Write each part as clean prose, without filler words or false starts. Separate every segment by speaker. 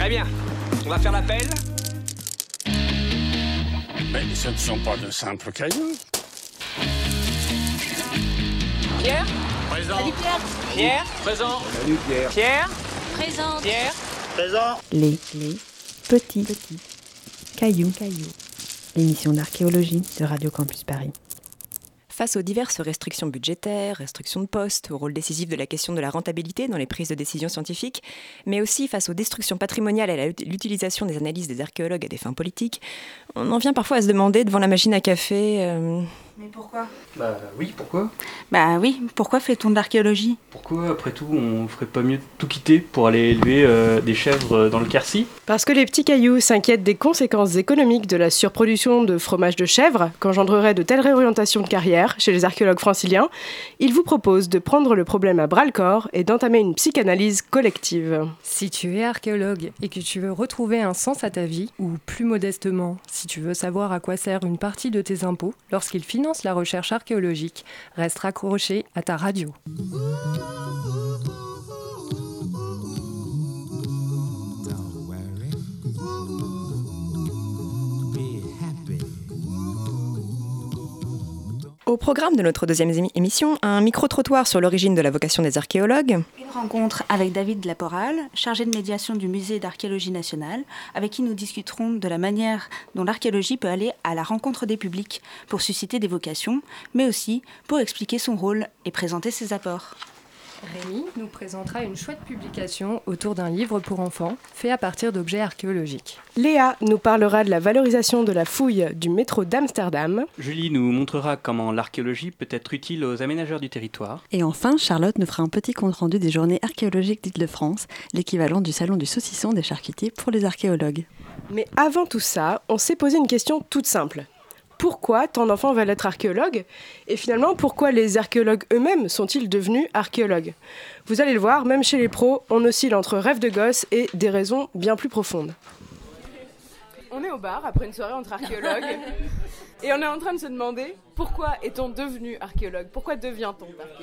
Speaker 1: Très bien. On va faire l'appel.
Speaker 2: Mais ce ne sont pas de simples cailloux.
Speaker 1: Pierre.
Speaker 3: Présent.
Speaker 4: Salut Pierre.
Speaker 1: Pierre.
Speaker 3: Présent.
Speaker 1: Salut Pierre. Pierre.
Speaker 4: Présente.
Speaker 1: Pierre.
Speaker 3: Présent.
Speaker 5: Les petits cailloux. L'émission d'archéologie de Radio Campus Paris.
Speaker 6: Face aux diverses restrictions budgétaires, restrictions de postes, au rôle décisif de la question de la rentabilité dans les prises de décision scientifiques, mais aussi face aux destructions patrimoniales et à l'utilisation des analyses des archéologues à des fins politiques, on en vient parfois à se demander devant la machine à café...
Speaker 7: Mais pourquoi ?
Speaker 8: Bah oui, pourquoi ?
Speaker 7: Bah oui, pourquoi fait-on de l'archéologie ?
Speaker 8: Pourquoi, après tout, on ferait pas mieux de tout quitter pour aller élever des chèvres dans le Quercy ?
Speaker 9: Parce que les petits cailloux s'inquiètent des conséquences économiques de la surproduction de fromage de chèvre qu'engendrerait de telles réorientations de carrière chez les archéologues franciliens, ils vous proposent de prendre le problème à bras-le-corps et d'entamer une psychanalyse collective.
Speaker 10: Si tu es archéologue et que tu veux retrouver un sens à ta vie, ou plus modestement, si tu veux savoir à quoi sert une partie de tes impôts lorsqu'ils financent la recherche archéologique, reste raccroché à ta radio.
Speaker 6: Au programme de notre deuxième émission, un micro-trottoir sur l'origine de la vocation des archéologues.
Speaker 7: Une rencontre avec David Laporal, chargé de médiation du Musée d'archéologie nationale, avec qui nous discuterons de la manière dont l'archéologie peut aller à la rencontre des publics pour susciter des vocations, mais aussi pour expliquer son rôle et présenter ses apports.
Speaker 10: Rémi nous présentera une chouette publication autour d'un livre pour enfants fait à partir d'objets archéologiques.
Speaker 9: Léa nous parlera de la valorisation de la fouille du métro d'Amsterdam.
Speaker 8: Julie nous montrera comment l'archéologie peut être utile aux aménageurs du territoire.
Speaker 5: Et enfin, Charlotte nous fera un petit compte-rendu des journées archéologiques d'Île-de-France, l'équivalent du salon du saucisson des charcutiers pour les archéologues.
Speaker 9: Mais avant tout ça, on s'est posé une question toute simple. Pourquoi tant d'enfants veulent être archéologues ? Et finalement, pourquoi les archéologues eux-mêmes sont-ils devenus archéologues ? Vous allez le voir, même chez les pros, on oscille entre rêve de gosse et des raisons bien plus profondes. On est au bar après une soirée entre archéologues et on est en train de se demander pourquoi est-on devenu archéologue ? Pourquoi devient-on archéologue ?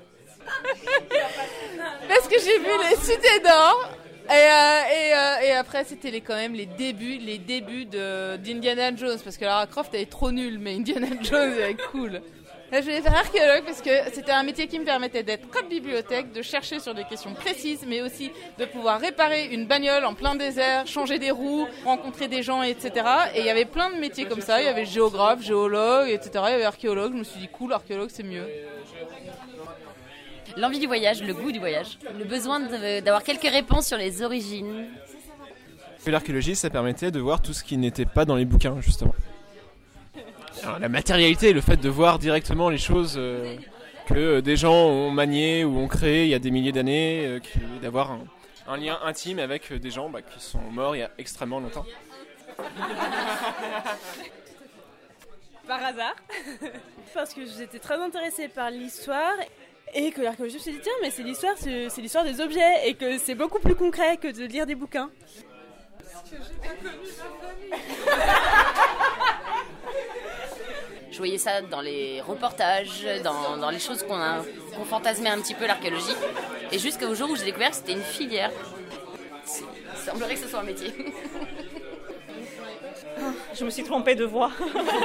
Speaker 11: Parce que j'ai vu les cités d'or. Et après c'était quand même les débuts d'Indiana Jones, parce que Lara Croft elle est trop nulle, mais Indiana Jones elle est cool. Là, je voulais faire archéologue parce que c'était un métier qui me permettait d'être près de bibliothèque, de chercher sur des questions précises, mais aussi de pouvoir réparer une bagnole en plein désert, changer des roues, rencontrer des gens, etc. Et il y avait plein de métiers comme ça, il y avait géographe, géologue, etc. Il y avait archéologue, je me suis dit cool, archéologue c'est mieux.
Speaker 4: L'envie du voyage, le goût du voyage, le besoin d'avoir quelques réponses sur les origines.
Speaker 12: L'archéologie, ça permettait de voir tout ce qui n'était pas dans les bouquins, justement. Alors, la matérialité, le fait de voir directement les choses que des gens ont maniées ou ont créées il y a des milliers d'années, d'avoir un lien intime avec des gens qui sont morts il y a extrêmement longtemps.
Speaker 13: Par hasard, parce que j'étais très intéressée par l'histoire. Et que l'archéologie, je me suis dit, tiens, mais c'est l'histoire des objets, et que c'est beaucoup plus concret que de lire des bouquins.
Speaker 4: Je voyais ça dans les reportages, dans les choses qu'on fantasmait un petit peu l'archéologie. Et jusqu'au jour où j'ai découvert que c'était une filière. Il semblerait que ce soit un métier.
Speaker 13: Je me suis trompée de voie.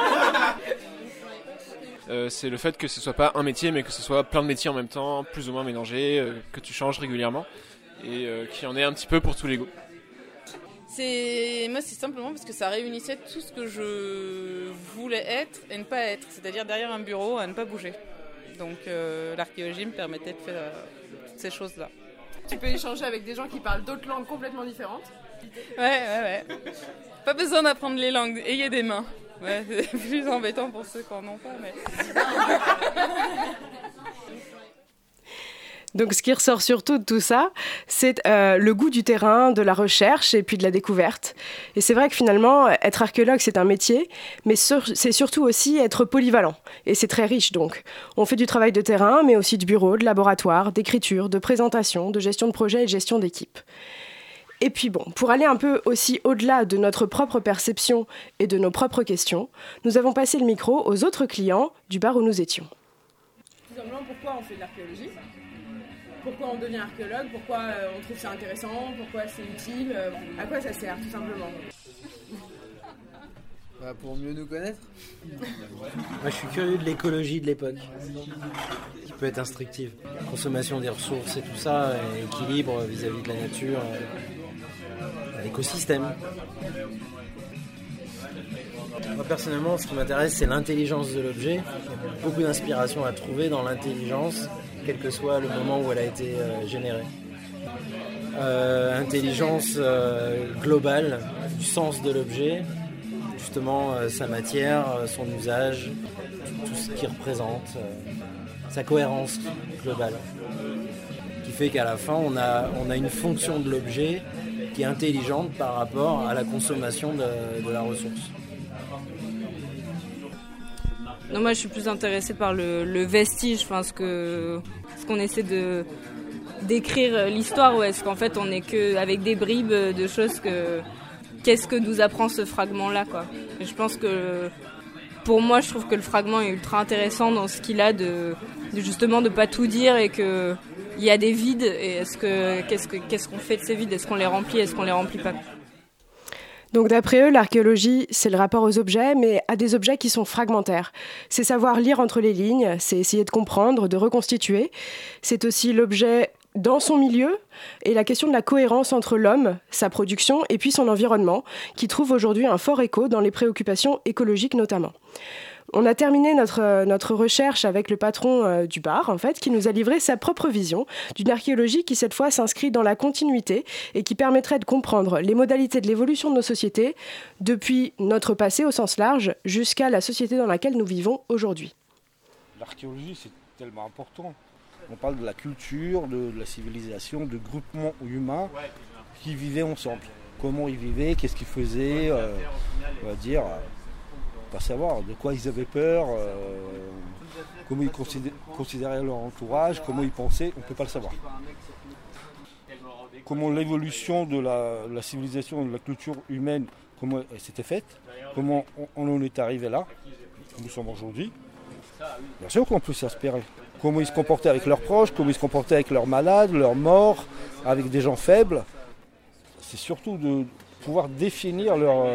Speaker 12: C'est le fait que ce soit pas un métier, mais que ce soit plein de métiers en même temps, plus ou moins mélangés, que tu changes régulièrement, et qu'il y en ait un petit peu pour tous les goûts.
Speaker 11: Moi, c'est simplement parce que ça réunissait tout ce que je voulais être et ne pas être, c'est-à-dire derrière un bureau, à ne pas bouger. Donc l'archéologie me permettait de faire toutes ces choses-là.
Speaker 9: Tu peux échanger avec des gens qui parlent d'autres langues complètement différentes.
Speaker 11: Ouais. Pas besoin d'apprendre les langues, ayez des mains. Ouais, c'est plus embêtant pour ceux qui n'en ont pas, mais...
Speaker 9: Donc ce qui ressort surtout de tout ça, c'est le goût du terrain, de la recherche et puis de la découverte. Et c'est vrai que finalement, être archéologue, c'est un métier, mais c'est surtout aussi être polyvalent. Et c'est très riche donc. On fait du travail de terrain, mais aussi de bureau, de laboratoire, d'écriture, de présentation, de gestion de projet et de gestion d'équipe. Et puis bon, pour aller un peu aussi au-delà de notre propre perception et de nos propres questions, nous avons passé le micro aux autres clients du bar où nous étions.
Speaker 13: Tout simplement, pourquoi on fait de l'archéologie ? pourquoi on devient archéologue, pourquoi on trouve ça intéressant, pourquoi c'est utile, à quoi ça sert tout simplement.
Speaker 3: Pour mieux nous connaître. Moi, je suis curieux de l'écologie de l'époque, qui peut être instructive. Consommation des ressources et tout ça, et équilibre vis-à-vis de la nature, l'écosystème. Moi, personnellement, ce qui m'intéresse, c'est l'intelligence de l'objet. Il y a beaucoup d'inspiration à trouver dans l'intelligence, quel que soit le moment où elle a été générée. Intelligence globale du sens de l'objet, justement sa matière, son usage, tout ce qu'il représente, sa cohérence globale, qui fait qu'à la fin on a une fonction de l'objet qui est intelligente par rapport à la consommation de la ressource.
Speaker 14: Non, moi je suis plus intéressée par le vestige, enfin, ce qu'on essaie de d'écrire l'histoire, ou est-ce qu'en fait on n'est qu'avec des bribes de choses qu'est-ce que nous apprend ce fragment-là, quoi. Et je pense que, pour moi, je trouve que le fragment est ultra intéressant dans ce qu'il a de justement de pas tout dire, et que il y a des vides, et qu'est-ce qu'on fait de ces vides, est-ce qu'on les remplit, est-ce qu'on les remplit pas.
Speaker 9: Donc d'après eux, l'archéologie, c'est le rapport aux objets, mais à des objets qui sont fragmentaires. C'est savoir lire entre les lignes, c'est essayer de comprendre, de reconstituer. C'est aussi l'objet dans son milieu, et la question de la cohérence entre l'homme, sa production et puis son environnement, qui trouve aujourd'hui un fort écho dans les préoccupations écologiques notamment. On a terminé notre recherche avec le patron du bar, en fait, qui nous a livré sa propre vision d'une archéologie qui, cette fois, s'inscrit dans la continuité et qui permettrait de comprendre les modalités de l'évolution de nos sociétés depuis notre passé au sens large jusqu'à la société dans laquelle nous vivons aujourd'hui.
Speaker 15: L'archéologie, c'est tellement important. On parle de la culture, de la civilisation, de groupements humains qui vivaient ensemble. Comment ils vivaient, qu'est-ce qu'ils faisaient, on va dire, pas savoir de quoi ils avaient peur, comment ils considéraient leur entourage, comment ils pensaient, on ne peut pas le savoir. Comment l'évolution de la civilisation, de la culture humaine, comment elle s'était faite, comment on en est arrivé là, où nous sommes aujourd'hui. Bien sûr qu'on peut s'inspirer. Comment ils se comportaient avec leurs proches, comment ils se comportaient avec leurs malades, leurs morts, avec des gens faibles. C'est surtout de pouvoir définir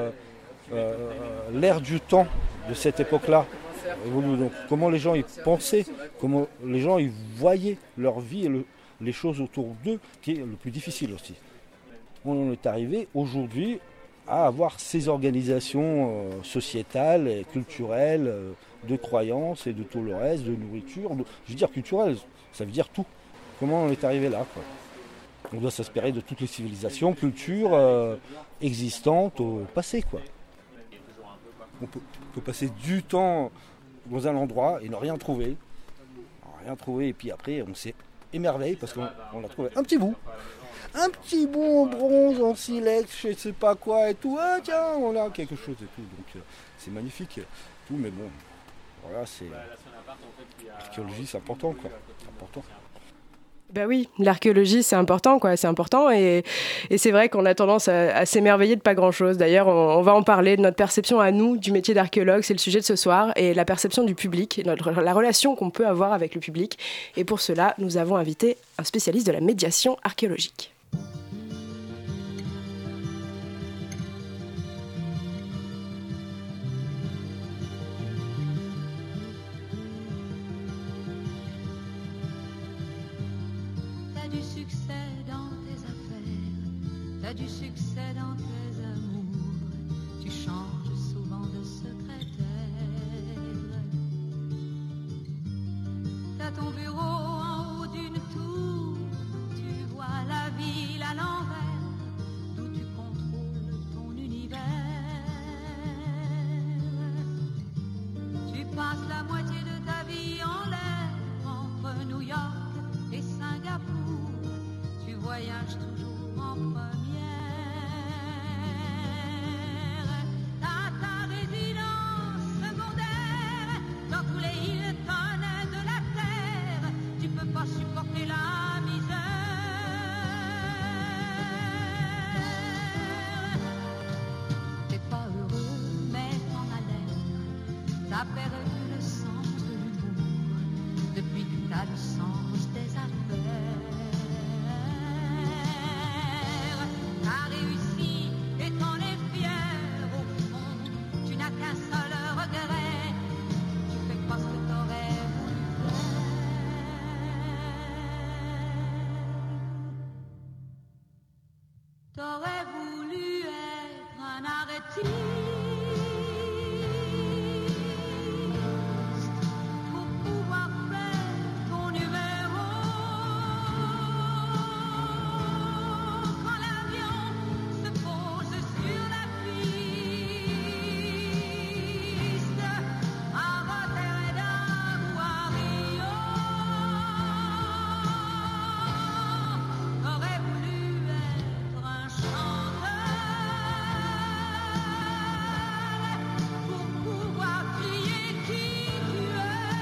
Speaker 15: l'ère du temps de cette époque-là. Donc, comment les gens y pensaient, comment les gens y voyaient leur vie et les choses autour d'eux, qui est le plus difficile aussi. On en est arrivé aujourd'hui à avoir ces organisations sociétales et culturelles, de croyances et de tout le reste, de nourriture. Je veux dire culturelle, ça veut dire tout. Comment on est arrivé là, quoi. On doit s'inspirer de toutes les civilisations, cultures existantes au passé, quoi. On peut passer du temps dans un endroit et ne rien trouver. Et puis après, on s'est émerveillé parce qu'on a trouvé un petit bout en bronze, en silex, je ne sais pas quoi et tout. Ah tiens, on a quelque chose et tout. Donc c'est magnifique, tout, mais bon, voilà, l'archéologie, c'est important, quoi. C'est important.
Speaker 9: Ben oui, l'archéologie c'est important, quoi. C'est important et c'est vrai qu'on a tendance à s'émerveiller de pas grand-chose. D'ailleurs, on va en parler de notre perception à nous du métier d'archéologue, c'est le sujet de ce soir, et la perception du public, la relation qu'on peut avoir avec le public. Et pour cela, nous avons invité un spécialiste de la médiation archéologique.
Speaker 16: T'as du succès dans tes amours, tu changes souvent de secrétaire. T'as ton bureau en haut d'une tour, tu vois la ville à l'envers, d'où tu contrôles ton univers. Tu passes la moitié de ta vie en l'air, entre New York et Singapour, tu voyages toujours en première. Supporter la misère. T'es pas heureux, mais en haleine. T'as perdu le sens de l'humour depuis que t'as le sens des affaires. T'aurais voulu être un artiste pour pouvoir faire ton numéro quand l'avion se pose sur la piste à Rotterdam ou à Rio. T'aurais voulu être un chanteur pour pouvoir crier qui tu es.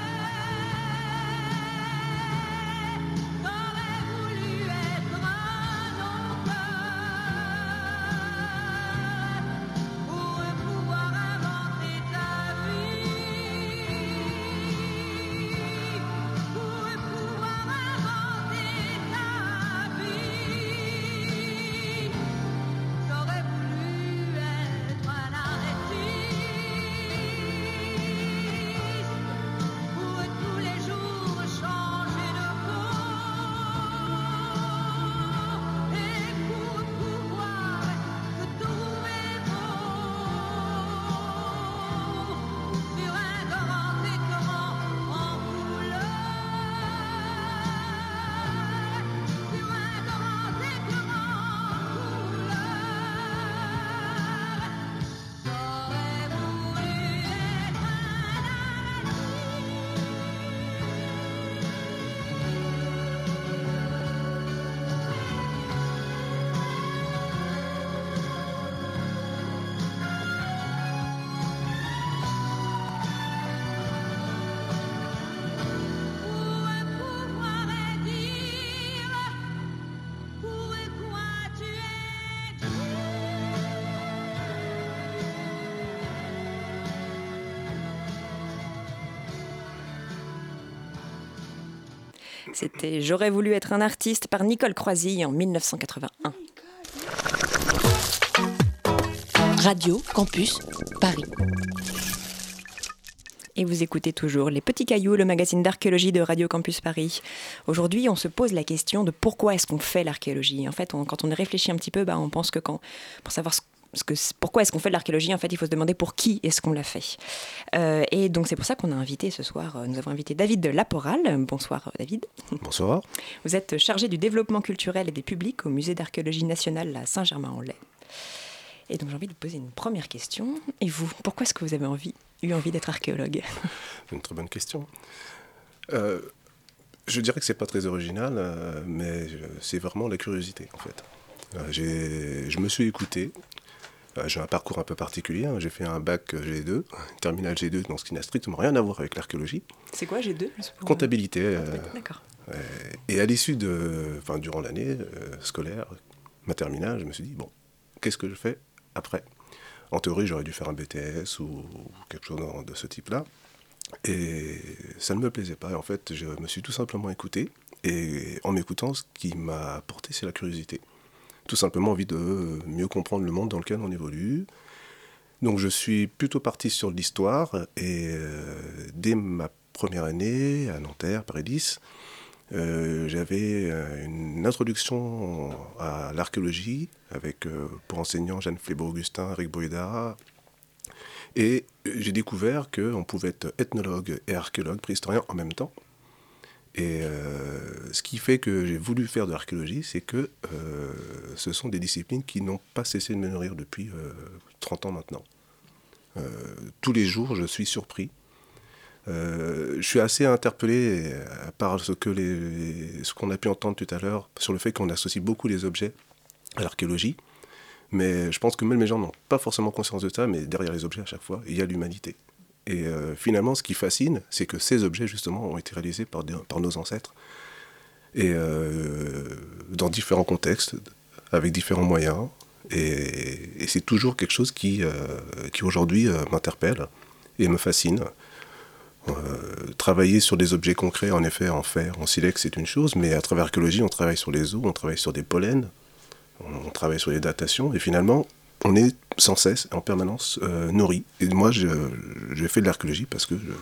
Speaker 16: T'aurais voulu être un auteur pour pouvoir inventer ta vie, pour pouvoir inventer ta vie. T'aurais voulu être un artiste pour tous les jours changer de peau et pour pouvoir te trouver beau sur un grand écran en couleur, sur un grand écran en couleur. T'aurais voulu être un pour pouvoir dire pourquoi tu es
Speaker 6: C'était J'aurais voulu être un artiste par Nicole Croisille en 1981.
Speaker 17: Radio Campus Paris.
Speaker 6: Et vous écoutez toujours Les Petits Cailloux, le magazine d'archéologie de Radio Campus Paris. Aujourd'hui, on se pose la question de pourquoi est-ce qu'on fait l'archéologie. En fait, quand on y réfléchit un petit peu, on pense que pour savoir pourquoi est-ce qu'on fait de l'archéologie, en fait, il faut se demander pour qui est-ce qu'on l'a fait. Et donc, c'est pour ça qu'on a invité ce soir, nous avons invité David de Laporal. Bonsoir David.
Speaker 18: Bonsoir.
Speaker 6: Vous êtes chargé du développement culturel et des publics au Musée d'archéologie nationale à Saint-Germain-en-Laye. Et donc, j'ai envie de vous poser une première question. Et vous, pourquoi est-ce que vous avez eu envie d'être archéologue ?
Speaker 18: C'est une très bonne question. Je dirais que c'est pas très original, mais c'est vraiment la curiosité, en fait. Je me suis écouté. J'ai un parcours un peu particulier. J'ai fait un bac G2, terminal G2, donc ce qui n'a strictement rien à voir avec l'archéologie.
Speaker 6: C'est quoi G2 ?
Speaker 18: Comptabilité.
Speaker 6: D'accord.
Speaker 18: Et à l'issue durant l'année scolaire, ma terminale, je me suis dit, bon, qu'est-ce que je fais après ? En théorie, j'aurais dû faire un BTS ou quelque chose de ce type-là. Et ça ne me plaisait pas. Et en fait, je me suis tout simplement écouté. Et en m'écoutant, ce qui m'a porté, c'est la curiosité. Tout simplement envie de mieux comprendre le monde dans lequel on évolue. Donc je suis plutôt parti sur l'histoire. Et dès ma première année, à Nanterre, Paris 10, j'avais une introduction à l'archéologie avec pour enseignants Jeanne Flébeau-Augustin, Eric Boyda. Et j'ai découvert qu'on pouvait être ethnologue et archéologue, préhistorien en même temps. Et ce qui fait que j'ai voulu faire de l'archéologie, c'est que ce sont des disciplines qui n'ont pas cessé de me nourrir depuis 30 ans maintenant. Tous les jours, je suis surpris. Je suis assez interpellé par ce qu'on a pu entendre tout à l'heure sur le fait qu'on associe beaucoup les objets à l'archéologie. Mais je pense que même les gens n'ont pas forcément conscience de ça, mais derrière les objets, à chaque fois, il y a l'humanité. Et finalement, ce qui fascine, c'est que ces objets, justement, ont été réalisés par nos ancêtres. Et dans différents contextes, avec différents moyens. Et c'est toujours quelque chose qui aujourd'hui, m'interpelle et me fascine. Travailler sur des objets concrets, en effet, en fer, en silex, c'est une chose, mais à travers l'archéologie, on travaille sur les os, on travaille sur des pollens, on travaille sur les datations, et finalement, on est sans cesse, en permanence, nourri. Et moi, j'ai fait de l'archéologie parce que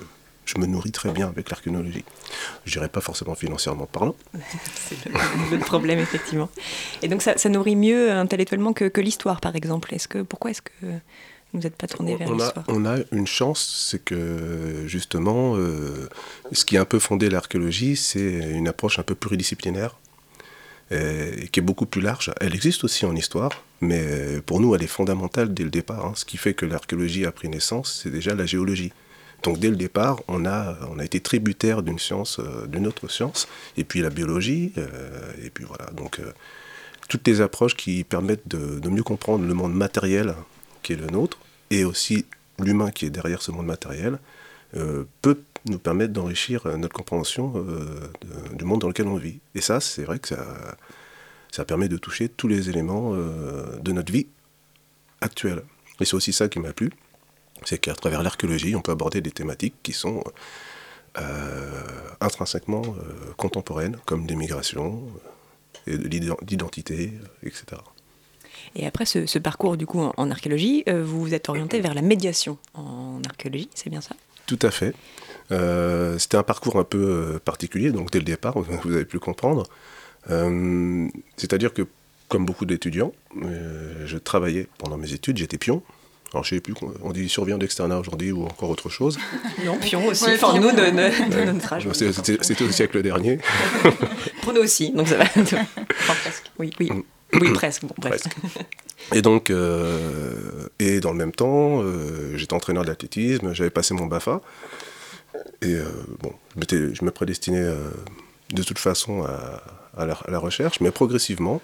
Speaker 18: je me nourris très bien avec l'archéologie. Je dirais pas forcément financièrement parlant.
Speaker 6: C'est le problème, effectivement. Et donc ça nourrit mieux intellectuellement que l'histoire, par exemple. Pourquoi est-ce que vous n'êtes pas tourné vers l'histoire ?
Speaker 18: On a une chance, c'est que justement, ce qui a un peu fondé l'archéologie, c'est une approche un peu pluridisciplinaire, qui est beaucoup plus large. Elle existe aussi en histoire, mais pour nous, elle est fondamentale dès le départ. Hein. Ce qui fait que l'archéologie a pris naissance, c'est déjà la géologie. Donc dès le départ, on a été tributaire d'une science, d'une autre science, et puis la biologie, et puis voilà. Donc toutes les approches qui permettent de mieux comprendre le monde matériel qui est le nôtre, et aussi l'humain qui est derrière ce monde matériel, peut nous permettre d'enrichir notre compréhension du monde dans lequel on vit. Et ça, c'est vrai que ça permet de toucher tous les éléments de notre vie actuelle. Et c'est aussi ça qui m'a plu, c'est qu'à travers l'archéologie, on peut aborder des thématiques qui sont intrinsèquement contemporaines, comme des migrations, et de l'identité, etc.
Speaker 6: Et après ce parcours du coup en archéologie, vous vous êtes orienté vers la médiation en archéologie, c'est bien ça ?
Speaker 18: Tout à fait. C'était un parcours un peu particulier, donc dès le départ, vous avez pu le comprendre. C'est-à-dire que, comme beaucoup d'étudiants, je travaillais pendant mes études, j'étais pion. Alors je ne sais plus, on dit surveillant d'externat aujourd'hui ou encore autre chose.
Speaker 6: Non, pion aussi, enfin nous de notre âge.
Speaker 18: C'était au siècle dernier.
Speaker 6: Pour nous aussi, donc ça va. Enfin, presque, oui, presque, bon, bref.
Speaker 18: Presque. Et donc, et dans le même temps, j'étais entraîneur d'athlétisme, j'avais passé mon BAFA, et je me prédestinais de toute façon à la recherche, mais progressivement,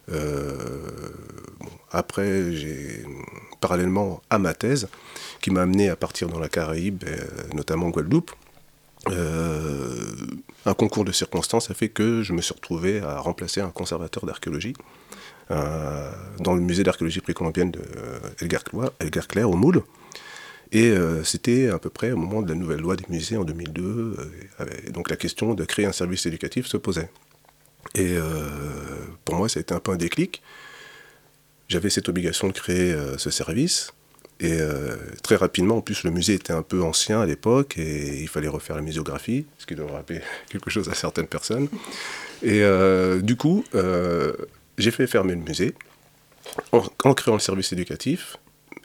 Speaker 18: après, parallèlement à ma thèse, qui m'a amené à partir dans la Caraïbe, notamment en Guadeloupe, un concours de circonstances a fait que je me suis retrouvé à remplacer un conservateur d'archéologie dans le musée d'archéologie précolombienne de Edgar Clair au Moule. Et c'était à peu près au moment de la nouvelle loi des musées en 2002. Donc la question de créer un service éducatif se posait. Et pour moi, ça a été un peu un déclic. J'avais cette obligation de créer ce service. Et très rapidement, en plus, le musée était un peu ancien à l'époque et il fallait refaire la muséographie, ce qui devrait rappeler quelque chose à certaines personnes. Et du coup, j'ai fait fermer le musée en créant le service éducatif,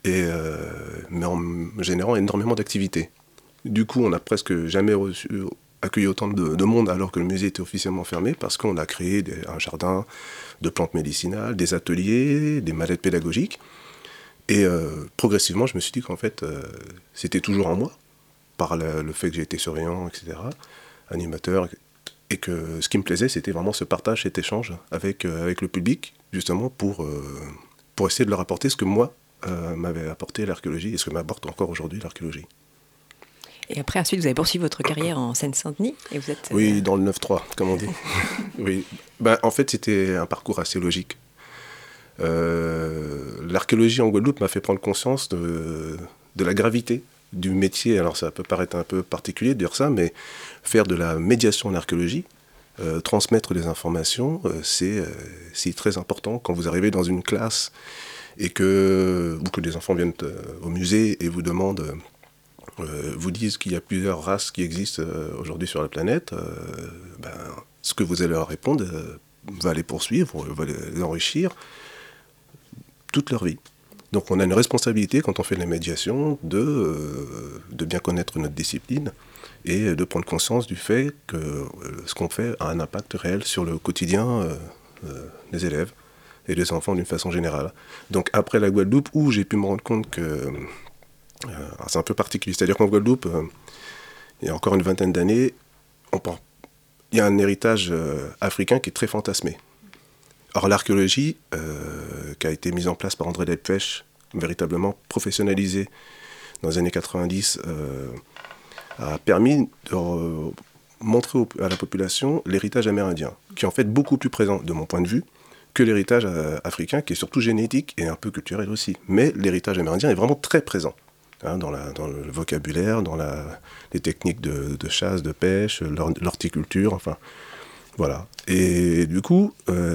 Speaker 18: mais en générant énormément d'activités. Du coup, on n'a presque jamais accueilli autant de monde alors que le musée était officiellement fermé, parce qu'on a créé un jardin de plantes médicinales, des ateliers, des mallettes pédagogiques. Et progressivement, je me suis dit qu'en fait, c'était toujours en moi, par le fait que j'ai été surveillant, etc., animateur, et que ce qui me plaisait, c'était vraiment ce partage, cet échange avec le public, justement, pour essayer de leur apporter ce que moi m'avait apporté l'archéologie, et ce que m'apporte encore aujourd'hui l'archéologie.
Speaker 6: Et après, ensuite, vous avez poursuivi votre carrière en Seine-Saint-Denis, et vous êtes...
Speaker 18: Oui, dans le 9-3, comme on dit. Oui. En fait, c'était un parcours assez logique. L'archéologie en Guadeloupe m'a fait prendre conscience de la gravité du métier. Alors ça peut paraître un peu particulier de dire ça, mais faire de la médiation en archéologie, transmettre des informations, c'est très important. Quand vous arrivez dans une classe et que des enfants viennent au musée et vous demandent, vous disent qu'il y a plusieurs races qui existent aujourd'hui sur la planète, ce que vous allez leur répondre va les poursuivre, va les enrichir toute leur vie. Donc on a une responsabilité quand on fait de la médiation de bien connaître notre discipline et de prendre conscience du fait que ce qu'on fait a un impact réel sur le quotidien des élèves et des enfants d'une façon générale. Donc après la Guadeloupe, où j'ai pu me rendre compte que c'est un peu particulier, c'est-à-dire qu'en Guadeloupe, il y a encore une vingtaine d'années, il y a un héritage africain qui est très fantasmé. Or, l'archéologie, qui a été mise en place par André Delpech, véritablement professionnalisée dans les années 90, a permis de montrer à la population l'héritage amérindien, qui est en fait beaucoup plus présent, de mon point de vue, que l'héritage africain, qui est surtout génétique et un peu culturel aussi. Mais l'héritage amérindien est vraiment très présent, dans le vocabulaire, dans les techniques de chasse, de pêche, l'horticulture, enfin... Voilà. Et du coup,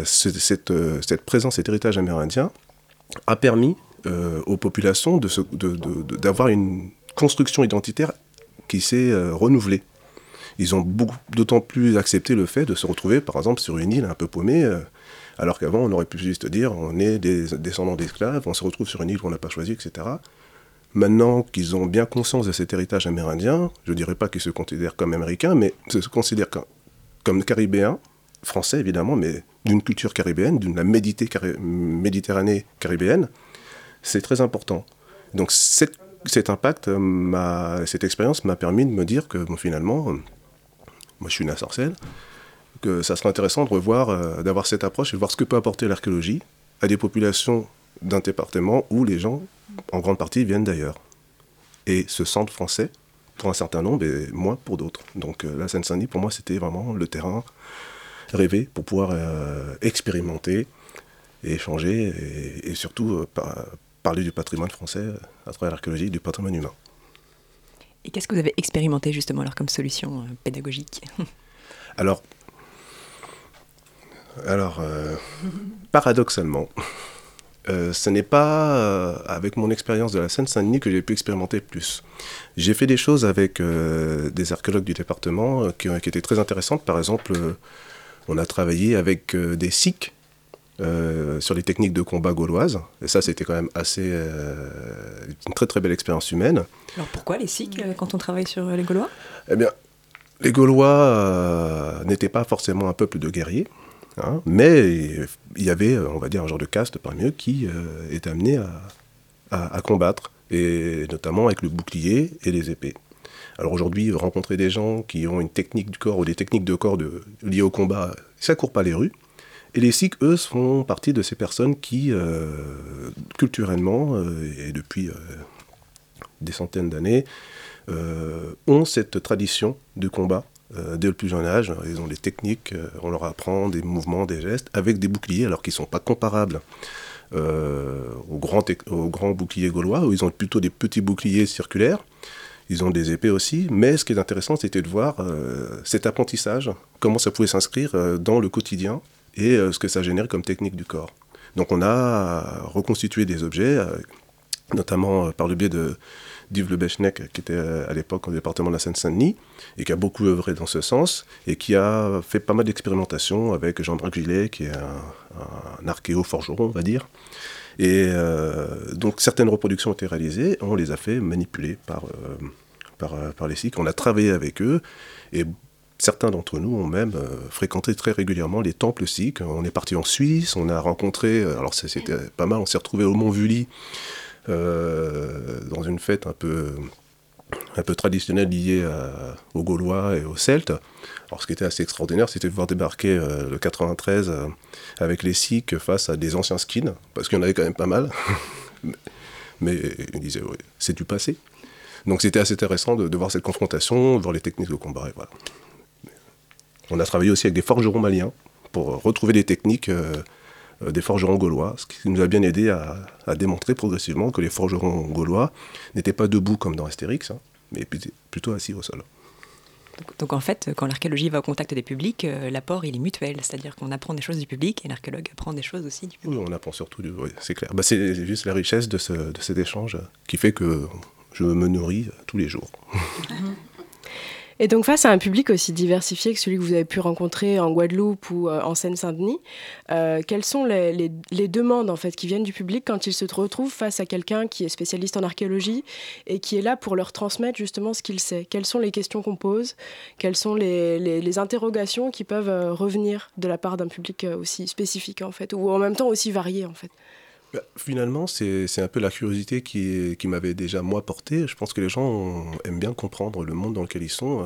Speaker 18: cette présence, cet héritage amérindien a permis aux populations d'avoir une construction identitaire qui s'est renouvelé. Ils ont d'autant plus accepté le fait de se retrouver, par exemple, sur une île un peu paumée, alors qu'avant, on aurait pu juste dire, on est des descendants d'esclaves, on se retrouve sur une île qu'on n'a pas choisie, etc. Maintenant qu'ils ont bien conscience de cet héritage amérindien, je ne dirais pas qu'ils se considèrent comme américains, mais ils se considèrent comme caribéens, français évidemment, mais d'une culture caribéenne, d'une la Méditerranée caribéenne, c'est très important. Donc cet impact, cette expérience m'a permis de me dire que finalement, moi je suis né à Sarcelles, que ça serait intéressant de revoir, d'avoir cette approche et de voir ce que peut apporter l'archéologie à des populations d'un département où les gens, en grande partie, viennent d'ailleurs et se sentent français pour un certain nombre et moins pour d'autres. Donc la Seine-Saint-Denis, pour moi, c'était vraiment le terrain rêvé pour pouvoir expérimenter et échanger et surtout parler du patrimoine français à travers l'archéologie, du patrimoine humain.
Speaker 6: Et qu'est-ce que vous avez expérimenté justement alors comme solution pédagogique ?
Speaker 18: Alors, paradoxalement, ce n'est pas avec mon expérience de la Seine-Saint-Denis que j'ai pu expérimenter plus. J'ai fait des choses avec des archéologues du département qui étaient très intéressantes. Par exemple, on a travaillé avec des sikhs sur les techniques de combat gauloises. Et ça, c'était quand même une très très belle expérience humaine.
Speaker 6: Alors pourquoi les sikhs quand on travaille sur les Gaulois ?
Speaker 18: Eh bien, les Gaulois n'étaient pas forcément un peuple de guerriers. Mais il y avait, on va dire, un genre de caste parmi eux qui est amené à combattre, et notamment avec le bouclier et les épées. Alors aujourd'hui, rencontrer des gens qui ont une technique du corps ou des techniques de corps liées au combat, ça ne court pas les rues. Et les Sikhs, eux, font partie de ces personnes qui, culturellement, et depuis des centaines d'années, ont cette tradition de combat. Dès le plus jeune âge, ils ont des techniques, on leur apprend des mouvements, des gestes, avec des boucliers, alors qu'ils ne sont pas comparables aux grands boucliers gaulois, où ils ont plutôt des petits boucliers circulaires. Ils ont des épées aussi, mais ce qui est intéressant, c'était de voir cet apprentissage, comment ça pouvait s'inscrire dans le quotidien, et ce que ça génère comme technique du corps. Donc on a reconstitué des objets, notamment par le biais d'Yves Le Bechneck, qui était à l'époque au département de la Seine-Saint-Denis, et qui a beaucoup œuvré dans ce sens, et qui a fait pas mal d'expérimentations avec Jean-Marc Gillet, qui est un archéo-forgeron, on va dire. Et donc certaines reproductions ont été réalisées, on les a fait manipuler par les Sikhs. On a travaillé avec eux, et certains d'entre nous ont même fréquenté très régulièrement les temples sikhs. On est parti en Suisse, on a rencontré, alors c'était pas mal, on s'est retrouvé au Mont Vully, dans une fête un peu traditionnelle liée aux Gaulois et aux Celtes. Alors ce qui était assez extraordinaire, c'était de voir débarquer le 93 avec les Sikhs face à des anciens skins, parce qu'il y en avait quand même pas mal, mais ils disaient ouais, c'est du passé. Donc c'était assez intéressant de voir cette confrontation, de voir les techniques de combat, et voilà. On a travaillé aussi avec des forgerons maliens pour retrouver des techniques des forgerons gaulois, ce qui nous a bien aidé à démontrer progressivement que les forgerons gaulois n'étaient pas debout comme dans Astérix, mais plutôt assis au sol.
Speaker 6: Donc en fait, quand l'archéologie va au contact des publics, l'apport il est mutuel, c'est-à-dire qu'on apprend des choses du public et l'archéologue apprend des choses aussi du public.
Speaker 18: Oui, on apprend surtout, oui, c'est clair. C'est juste la richesse de cet échange qui fait que je me nourris tous les jours.
Speaker 9: Et donc face à un public aussi diversifié que celui que vous avez pu rencontrer en Guadeloupe ou en Seine-Saint-Denis, quelles sont les demandes en fait qui viennent du public quand ils se retrouvent face à quelqu'un qui est spécialiste en archéologie et qui est là pour leur transmettre justement ce qu'il sait ? Quelles sont les questions qu'on pose ? Quelles sont les interrogations qui peuvent revenir de la part d'un public aussi spécifique en fait, ou en même temps aussi varié en fait ?
Speaker 18: Finalement, c'est un peu la curiosité qui m'avait déjà, moi, porté. Je pense que les gens aiment bien comprendre le monde dans lequel ils sont.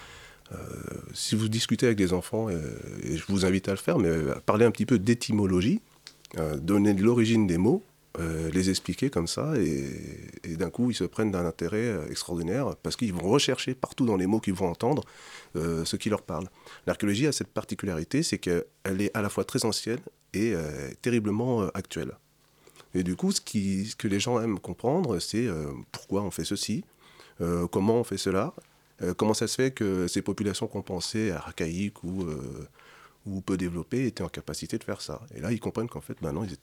Speaker 18: Si vous discutez avec des enfants, et je vous invite à le faire, mais à parler un petit peu d'étymologie, donner de l'origine des mots, les expliquer comme ça, et d'un coup, ils se prennent d'un intérêt extraordinaire, parce qu'ils vont rechercher partout dans les mots qu'ils vont entendre ce qui leur parle. L'archéologie a cette particularité, c'est qu'elle est à la fois très ancienne et terriblement actuelle. Et du coup, ce que les gens aiment comprendre, c'est pourquoi on fait ceci, comment on fait cela, comment ça se fait que ces populations qu'on pensait archaïques ou peu développées étaient en capacité de faire ça. Et là, ils comprennent qu'en fait, maintenant, ils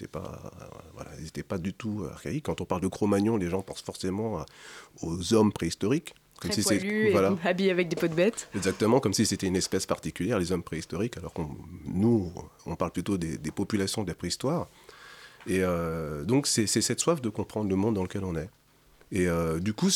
Speaker 18: n'étaient pas du tout archaïques. Quand on parle de Cro-Magnon, les gens pensent forcément aux hommes préhistoriques, Comme
Speaker 9: Très
Speaker 18: si
Speaker 9: poilu et habillé avec des peaux de bêtes.
Speaker 18: Exactement, comme si c'était une espèce particulière, les hommes préhistoriques, alors nous, on parle plutôt des populations de la préhistoire. Et donc, c'est cette soif de comprendre le monde dans lequel on est. Et du coup,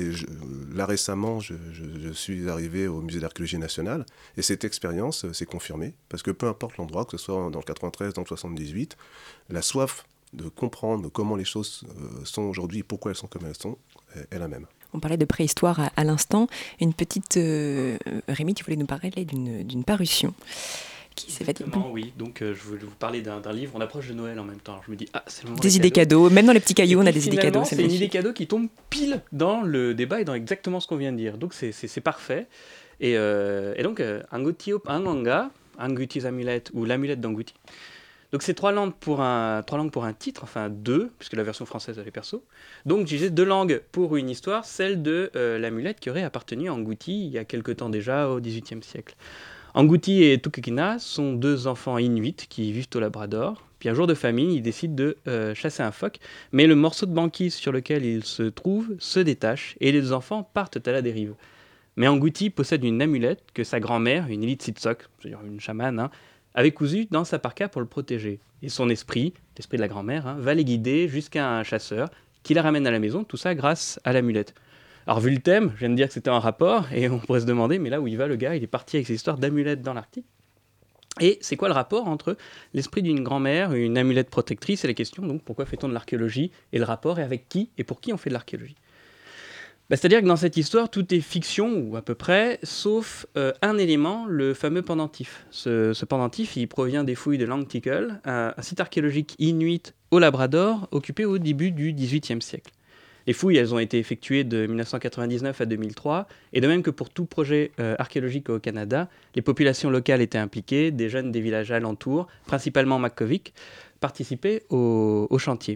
Speaker 18: là récemment, je suis arrivé au Musée d'Archéologie nationale, et cette expérience s'est confirmée, parce que peu importe l'endroit, que ce soit dans le 93, dans le 78, la soif de comprendre comment les choses sont aujourd'hui, pourquoi elles sont comme elles sont, est la même.
Speaker 6: On parlait de préhistoire à l'instant. Une petite... Rémi, tu voulais nous parler d'une parution qui s'est faite.
Speaker 19: Oui, donc je voulais vous parler d'un livre. On approche de Noël en même temps. Alors je me dis, c'est le moment
Speaker 6: des idées cadeaux. Même dans les petits cailloux, on a des idées cadeaux.
Speaker 19: C'est une idée cadeau qui tombe pile dans le débat et dans exactement ce qu'on vient de dire. Donc c'est parfait. Et donc, Angouti Anganga, Anguti's amulette ou l'amulette d'Angouti. Donc c'est 3 langues pour un titre, enfin 2, puisque la version française elle est perso. Donc j'ai 2 langues pour une histoire, celle de l'amulette qui aurait appartenu à Angouti il y a quelque temps déjà, au XVIIIe siècle. Angouti et Tukekina sont 2 enfants inuits qui vivent au Labrador. Puis un jour de famine, ils décident de chasser un phoque, mais le morceau de banquise sur lequel ils se trouvent se détache et les 2 enfants partent à la dérive. Mais Angouti possède une amulette que sa grand-mère, une Ilitsitsok, c'est-à-dire une chamane, avait cousu dans sa parka pour le protéger. Et son esprit, l'esprit de la grand-mère, va les guider jusqu'à un chasseur qui la ramène à la maison, tout ça grâce à l'amulette. Alors vu le thème, je viens de dire que c'était un rapport, et on pourrait se demander, mais là où il va le gars, il est parti avec ses histoires d'amulettes dans l'Arctique. Et c'est quoi le rapport entre l'esprit d'une grand-mère, une amulette protectrice, et la question, donc pourquoi fait-on de l'archéologie, et le rapport, et avec qui, et pour qui on fait de l'archéologie ? C'est-à-dire que dans cette histoire, tout est fiction, ou à peu près, sauf un élément, le fameux pendentif. Ce pendentif, il provient des fouilles de Langtikel, un site archéologique inuit au Labrador, occupé au début du XVIIIe siècle. Les fouilles, elles ont été effectuées de 1999 à 2003, et de même que pour tout projet archéologique au Canada, les populations locales étaient impliquées, des jeunes des villages alentours, principalement Makkovik, participaient au chantier.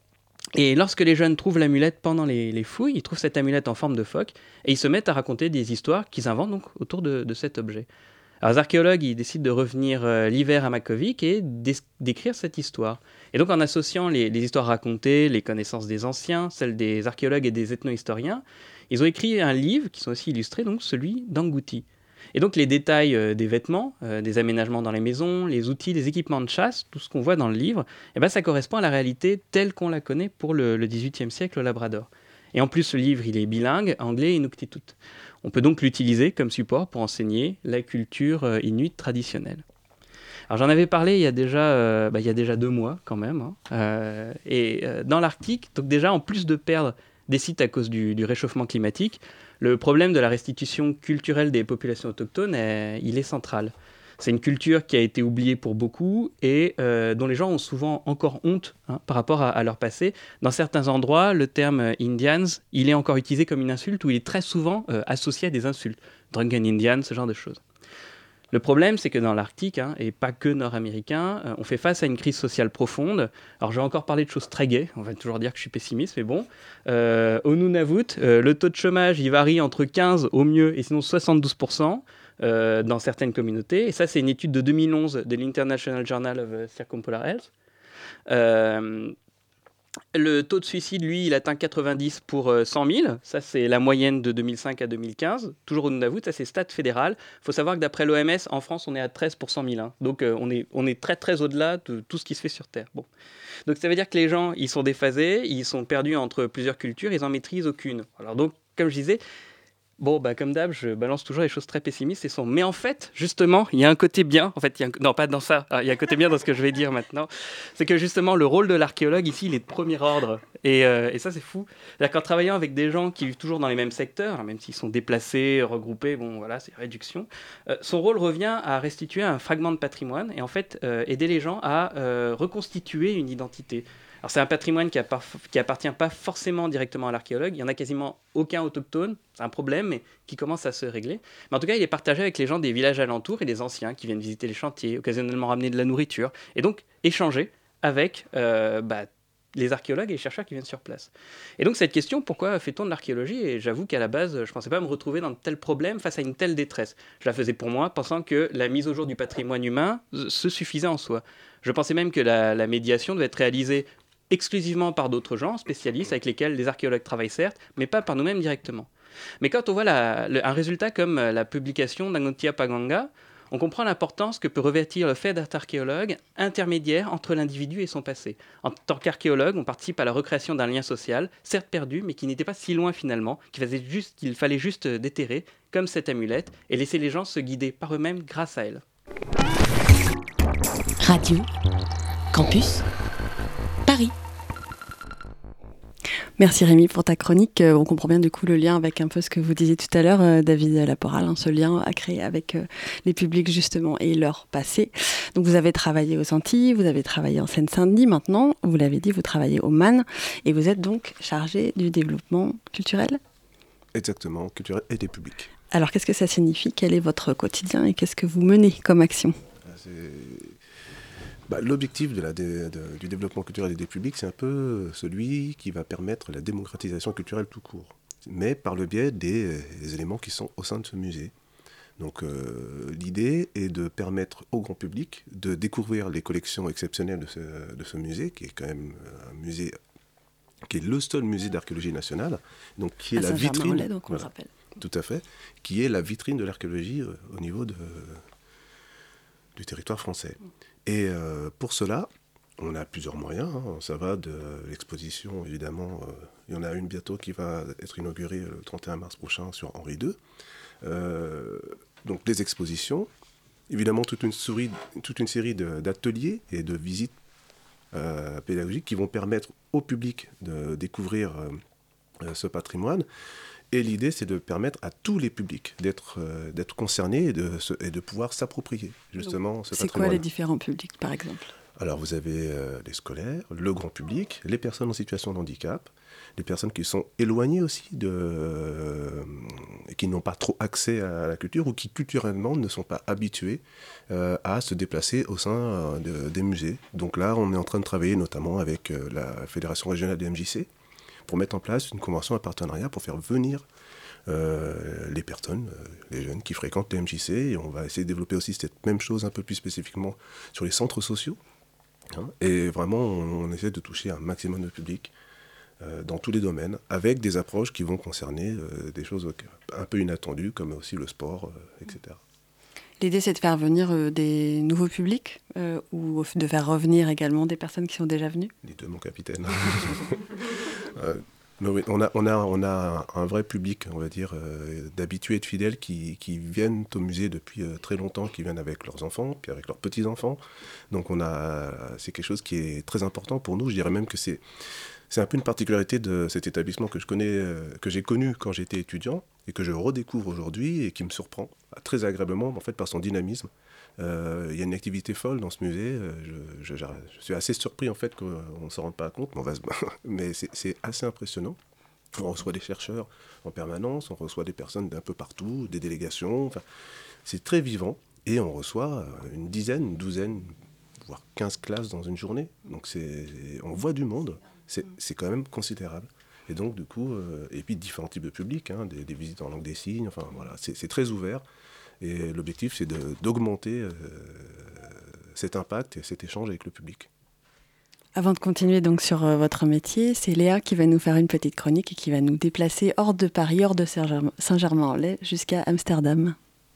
Speaker 19: Et lorsque les jeunes trouvent l'amulette pendant les fouilles, ils trouvent cette amulette en forme de phoque, et ils se mettent à raconter des histoires qu'ils inventent donc autour de cet objet. Alors les archéologues, ils décident de revenir l'hiver à Makkovik et d'écrire cette histoire. Et donc en associant les histoires racontées, les connaissances des anciens, celles des archéologues et des ethno-historiens, ils ont écrit un livre qui sont aussi illustrés, donc celui d'Angouti. Et donc les détails des vêtements, des aménagements dans les maisons, les outils, les équipements de chasse, tout ce qu'on voit dans le livre, ça correspond à la réalité telle qu'on la connaît pour le XVIIIe siècle au Labrador. Et en plus, le livre, il est bilingue, anglais et inuktitut. On peut donc l'utiliser comme support pour enseigner la culture inuite traditionnelle. Alors j'en avais parlé il y a déjà 2 mois quand même. Dans l'Arctique, donc déjà en plus de perdre des sites à cause du réchauffement climatique, le problème de la restitution culturelle des populations autochtones, il est central. C'est une culture qui a été oubliée pour beaucoup et dont les gens ont souvent encore honte par rapport à leur passé. Dans certains endroits, le terme Indians, il est encore utilisé comme une insulte ou il est très souvent associé à des insultes. Drunken Indian, ce genre de choses. Le problème, c'est que dans l'Arctique, et pas que nord-américain, on fait face à une crise sociale profonde. Alors, je vais encore parler de choses très gaies. On va toujours dire que je suis pessimiste, mais bon. Au Nunavut, le taux de chômage, il varie entre 15 au mieux et sinon 72% dans certaines communautés. Et ça, c'est une étude de 2011 de l'International Journal of Circumpolar Health. Le taux de suicide, lui, il atteint 90 pour 100 000. Ça, c'est la moyenne de 2005 à 2015. Toujours au Nunavut, ça, c'est stat fédéral. Il faut savoir que d'après l'OMS, en France, on est à 13 pour 100 000. Donc, on est très, très au-delà de tout ce qui se fait sur Terre. Bon. Donc, ça veut dire que les gens, ils sont déphasés, ils sont perdus entre plusieurs cultures, ils n'en maîtrisent aucune. Alors, donc, comme je disais, comme d'hab, je balance toujours les choses très pessimistes mais en fait, justement, il y a un côté bien. En fait, non, pas dans ça. Il y a un côté bien dans ce que je vais dire maintenant. C'est que justement, le rôle de l'archéologue ici, il est de premier ordre. Et ça, c'est fou. C'est-à-dire qu'en travaillant avec des gens qui vivent toujours dans les mêmes secteurs, même s'ils sont déplacés, regroupés, c'est réduction, son rôle revient à restituer un fragment de patrimoine et en fait, aider les gens à reconstituer une identité. Alors c'est un patrimoine qui appartient pas forcément directement à l'archéologue, il y en a quasiment aucun autochtone, c'est un problème, mais qui commence à se régler. Mais en tout cas, il est partagé avec les gens des villages alentours et les anciens qui viennent visiter les chantiers, occasionnellement ramener de la nourriture, et donc échanger avec les archéologues et les chercheurs qui viennent sur place. Et donc cette question, pourquoi fait-on de l'archéologie ? Et j'avoue qu'à la base, je ne pensais pas me retrouver dans de tels problèmes face à une telle détresse. Je la faisais pour moi, pensant que la mise au jour du patrimoine humain se suffisait en soi. Je pensais même que la médiation devait être réalisée exclusivement par d'autres gens, spécialistes, avec lesquels les archéologues travaillent certes, mais pas par nous-mêmes directement. Mais quand on voit un résultat comme la publication d'Angotia Paganga, on comprend l'importance que peut revêtir le fait d'être archéologue intermédiaire entre l'individu et son passé. En tant qu'archéologue, on participe à la recréation d'un lien social, certes perdu, mais qui n'était pas si loin finalement, qu'il fallait juste déterrer, comme cette amulette, et laisser les gens se guider par eux-mêmes grâce à elle.
Speaker 17: Radio Campus Paris.
Speaker 5: Merci Rémi pour ta chronique. On comprend bien du coup le lien avec un peu ce que vous disiez tout à l'heure, David Laporal, ce lien à créer avec les publics justement et leur passé. Donc vous avez travaillé aux Antilles, vous avez travaillé en Seine-Saint-Denis maintenant, vous l'avez dit, vous travaillez au MAN et vous êtes donc chargé du développement culturel ?
Speaker 18: Exactement, culturel et des publics.
Speaker 5: Alors qu'est-ce que ça signifie ? Quel est votre quotidien et qu'est-ce que vous menez comme action ?
Speaker 18: L'objectif du développement culturel et des publics, c'est un peu celui qui va permettre la démocratisation culturelle tout court, mais par le biais des éléments qui sont au sein de ce musée. Donc l'idée est de permettre au grand public de découvrir les collections exceptionnelles de ce musée, qui est quand même un musée, qui est le seul musée d'archéologie nationale, donc qui est la vitrine,
Speaker 5: donc on le rappelle.
Speaker 18: Tout à fait, qui est la vitrine de l'archéologie au niveau du territoire français. Et pour cela, on a plusieurs moyens. Ça va de l'exposition, évidemment. Il y en a une bientôt qui va être inaugurée le 31 mars prochain sur Henri II. Donc des expositions. Évidemment, toute une série d'ateliers et de visites pédagogiques qui vont permettre au public de découvrir ce patrimoine. Et l'idée, c'est de permettre à tous les publics d'être concernés et de pouvoir s'approprier justement ce patrimoine.
Speaker 5: C'est quoi les différents publics, par exemple ?
Speaker 18: Alors, vous avez les scolaires, le grand public, les personnes en situation de handicap, les personnes qui sont éloignées aussi qui n'ont pas trop accès à la culture ou qui culturellement ne sont pas habitués à se déplacer au sein des musées. Donc là, on est en train de travailler notamment avec la Fédération régionale des MJC, pour mettre en place une convention à partenariat pour faire venir les personnes, les jeunes qui fréquentent les MJC. Et on va essayer de développer aussi cette même chose un peu plus spécifiquement sur les centres sociaux. Et vraiment, on essaie de toucher un maximum de public dans tous les domaines, avec des approches qui vont concerner des choses un peu inattendues, comme aussi le sport, etc.
Speaker 5: L'idée, c'est de faire venir des nouveaux publics ou de faire revenir également des personnes qui sont déjà venues ?
Speaker 18: Les deux, mon capitaine. Oui, on a un vrai public, on va dire, d'habitués et de fidèles qui viennent au musée depuis très longtemps, qui viennent avec leurs enfants, puis avec leurs petits-enfants. Donc c'est quelque chose qui est très important pour nous. Je dirais même que c'est un peu une particularité de cet établissement que j'ai connu quand j'étais étudiant et que je redécouvre aujourd'hui et qui me surprend très agréablement en fait par son dynamisme. Il y a une activité folle dans ce musée. Je suis assez surpris en fait qu'on ne s'en rende pas compte, mais c'est assez impressionnant. On reçoit des chercheurs en permanence, on reçoit des personnes d'un peu partout, des délégations. Enfin, c'est très vivant et on reçoit une douzaine, voire 15 classes dans une journée. Donc on voit du monde. C'est quand même considérable. Et donc, du coup, et puis différents types de publics, des visites en langue des signes, enfin voilà, c'est très ouvert. Et l'objectif, c'est d'augmenter cet impact et cet échange avec le public.
Speaker 5: Avant de continuer donc sur votre métier, c'est Léa qui va nous faire une petite chronique et qui va nous déplacer hors de Paris, hors de Saint-Germain-en-Laye, jusqu'à Amsterdam.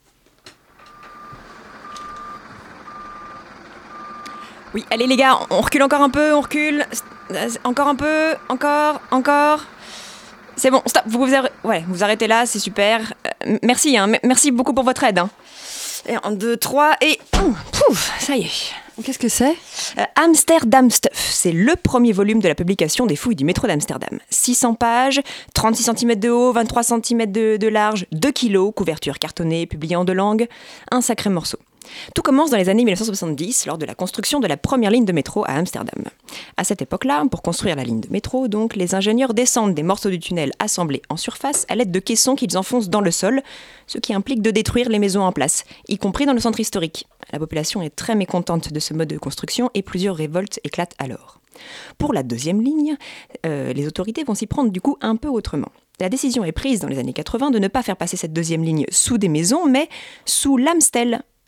Speaker 6: Oui, allez les gars, on recule encore un peu, on recule. Encore un peu, encore. C'est bon, stop, vous arrêtez là, c'est super. Merci, merci beaucoup pour votre aide. Et 1, 2, 3, et pouf, ça y est.
Speaker 5: Qu'est-ce que c'est ?
Speaker 6: Amsterdam Stuff, c'est le premier volume de la publication des fouilles du métro d'Amsterdam. 600 pages, 36 cm de haut, 23 cm de large, 2 kilos, couverture cartonnée, publiée en 2 langues, un sacré morceau. Tout commence dans les années 1970, lors de la construction de la première ligne de métro à Amsterdam. À cette époque-là, pour construire la ligne de métro, donc, les ingénieurs descendent des morceaux du tunnel assemblés en surface à l'aide de caissons qu'ils enfoncent dans le sol, ce qui implique de détruire les maisons en place, y compris dans le centre historique. La population est très mécontente de ce mode de construction et plusieurs révoltes éclatent alors. Pour la deuxième ligne, les autorités vont s'y prendre du coup un peu autrement. La décision est prise dans les années 80 de ne pas faire passer cette deuxième ligne sous des maisons, mais sous l'Amstel.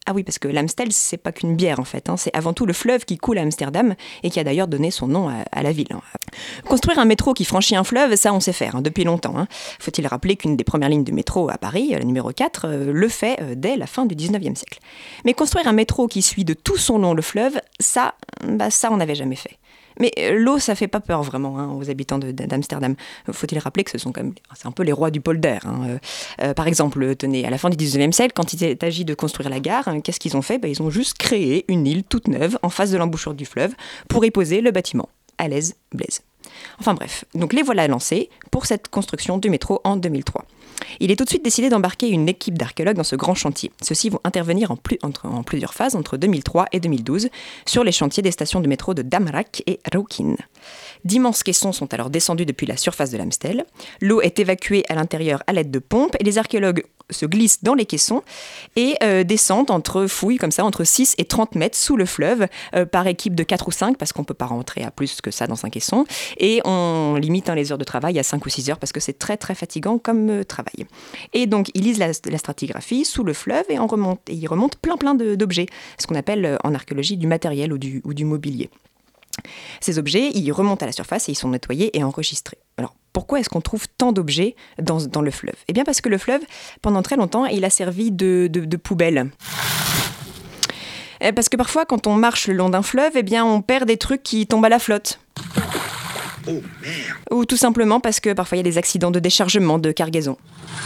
Speaker 6: Ah oui, parce que l'Amstel, c'est pas qu'une bière en fait, c'est avant tout le fleuve qui coule à Amsterdam et qui a d'ailleurs donné son nom à la ville. Construire un métro qui franchit un fleuve, ça on sait faire depuis longtemps. Faut-il rappeler qu'une des premières lignes de métro à Paris, la numéro 4, le fait dès la fin du 19e siècle. Mais construire un métro qui suit de tout son long le fleuve, ça on n'avait jamais fait. Mais l'eau, ça fait pas peur vraiment aux habitants d'Amsterdam. Faut-il rappeler que c'est un peu les rois du polder. Par exemple, tenez, à la fin du 19e siècle, quand il est agi de construire la gare, qu'est-ce qu'ils ont fait ? Ils ont juste créé une île toute neuve en face de l'embouchure du fleuve pour y poser le bâtiment. À l'aise, Blaise. Enfin bref, donc les voilà lancés pour cette construction du métro en 2003. Il est tout de suite décidé d'embarquer une équipe d'archéologues dans ce grand chantier. Ceux-ci vont intervenir en plusieurs phases entre 2003 et 2012 sur les chantiers des stations de métro de Damrak et Rokin. D'immenses caissons sont alors descendus depuis la surface de l'Amstel. L'eau est évacuée à l'intérieur à l'aide de pompes et les archéologues se glissent dans les caissons et descendent entre 6 et 30 mètres sous le fleuve par équipe de 4 ou 5 parce qu'on ne peut pas rentrer à plus que ça dans un caisson et on limite les heures de travail à 5 ou 6 heures parce que c'est très très fatigant comme travail. Et donc ils lisent la stratigraphie sous le fleuve et ils remontent plein d'objets, ce qu'on appelle en archéologie du matériel ou du mobilier. Ces objets, ils remontent à la surface et ils sont nettoyés et enregistrés. Alors, pourquoi est-ce qu'on trouve tant d'objets dans le fleuve ? Eh bien parce que le fleuve, pendant très longtemps, il a servi de poubelle. Parce que parfois, quand on marche le long d'un fleuve, eh bien, on perd des trucs qui tombent à la flotte. Oh, merde. Ou tout simplement parce que parfois, il y a des accidents de déchargement, de cargaison.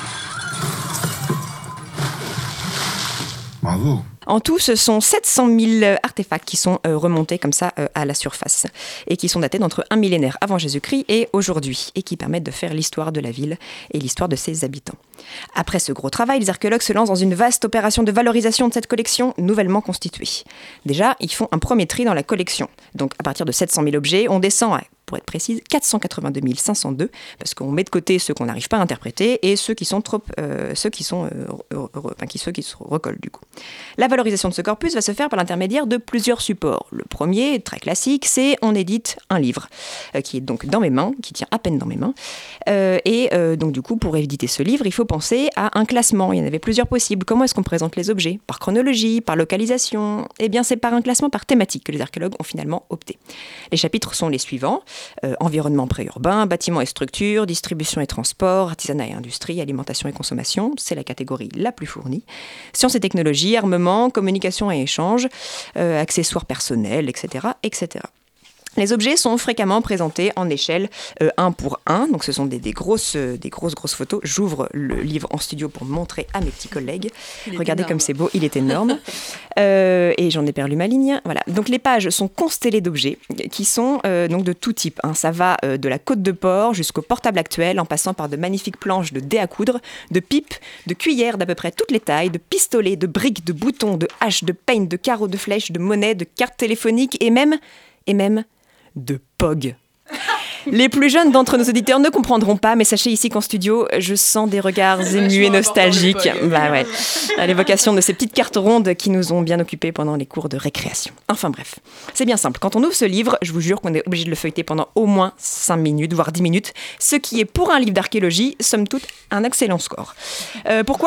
Speaker 20: Bravo.
Speaker 6: En tout, ce sont 700 000 artefacts qui sont remontés comme ça à la surface et qui sont datés d'entre un millénaire avant Jésus-Christ et aujourd'hui et qui permettent de faire l'histoire de la ville et l'histoire de ses habitants. Après ce gros travail, les archéologues se lancent dans une vaste opération de valorisation de cette collection nouvellement constituée. Déjà, ils font un premier tri dans la collection. Donc, à partir de 700 000 objets, on descend à, pour être précise, 482 502, parce qu'on met de côté ceux qu'on n'arrive pas à interpréter et ceux qui se recollent du coup. La valorisation de ce corpus va se faire par l'intermédiaire de plusieurs supports. Le premier, très classique, c'est on édite un livre qui est donc dans mes mains, qui tient à peine dans mes mains. Donc du coup, pour éditer ce livre, il faut penser à un classement. Il y en avait plusieurs possibles. Comment est-ce qu'on présente les objets ? Par chronologie, par localisation ? Eh bien, c'est par un classement par thématique que les archéologues ont finalement opté. Les chapitres sont les suivants. Environnement préurbain, bâtiments et structures, distribution et transport, artisanat et industrie, alimentation et consommation, c'est la catégorie la plus fournie. Sciences et technologies, armement, communication et échange, accessoires personnels, etc., etc. Les objets sont fréquemment présentés en échelle 1 pour 1, donc ce sont des grosses photos. J'ouvre le livre en studio pour montrer à mes petits collègues. Regardez comme c'est beau, il est énorme. Et j'en ai perdu ma ligne. Voilà. Donc les pages sont constellées d'objets qui sont donc de tout type. Ça va de la côte de porc jusqu'au portable actuel, en passant par de magnifiques planches de dés à coudre, de pipes, de cuillères d'à peu près toutes les tailles, de pistolets, de briques, de boutons, de haches, de peignes, de carreaux, de flèches, de monnaies, de cartes téléphoniques et même de POG. Les plus jeunes d'entre nos auditeurs ne comprendront pas, mais sachez ici qu'en studio, je sens des regards émus et nostalgiques. À l'évocation de ces petites cartes rondes qui nous ont bien occupés pendant les cours de récréation. Enfin bref, c'est bien simple. Quand on ouvre ce livre, je vous jure qu'on est obligé de le feuilleter pendant au moins 5 minutes, voire 10 minutes, ce qui est pour un livre d'archéologie, somme toute, un excellent score. Pourquoi ?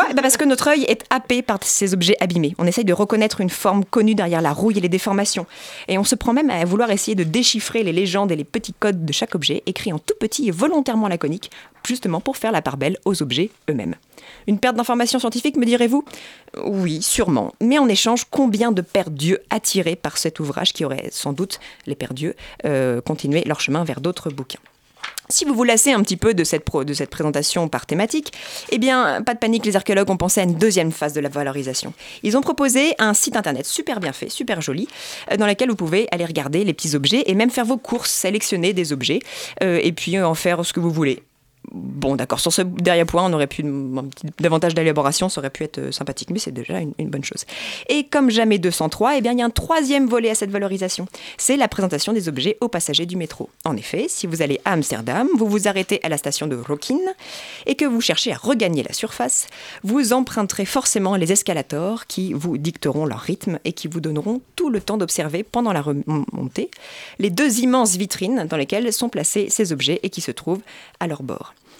Speaker 6: Parce que notre œil est happé par ces objets abîmés. On essaye de reconnaître une forme connue derrière la rouille et les déformations. Et on se prend même à vouloir essayer de déchiffrer les légendes et les petits codes de chaque objet, écrit en tout petit et volontairement laconique, justement pour faire la part belle aux objets eux-mêmes. Une perte d'informations scientifiques, me direz-vous ? Oui, sûrement. Mais en échange, combien de pères dieux attirés par cet ouvrage qui aurait sans doute, les pères dieux, continué leur chemin vers d'autres bouquins. Si vous vous lassez un petit peu de cette présentation par thématique, eh bien, pas de panique, les archéologues ont pensé à une deuxième phase de la valorisation. Ils ont proposé un site internet super bien fait, super joli, dans lequel vous pouvez aller regarder les petits objets et même faire vos courses, sélectionner des objets et puis en faire ce que vous voulez. Bon, d'accord, sur ce dernier point, on aurait pu davantage d'élaboration, ça aurait pu être sympathique, mais c'est déjà une bonne chose. Et comme jamais 203, eh bien, il y a un troisième volet à cette valorisation. C'est la présentation des objets aux passagers du métro. En effet, si vous allez à Amsterdam, vous vous arrêtez à la station de Rokin et que vous cherchez à regagner la surface, vous emprunterez forcément les escalators qui vous dicteront leur rythme et qui vous donneront tout le temps d'observer pendant la remontée les deux immenses vitrines dans lesquelles sont placés ces objets et qui se trouvent à leur bord.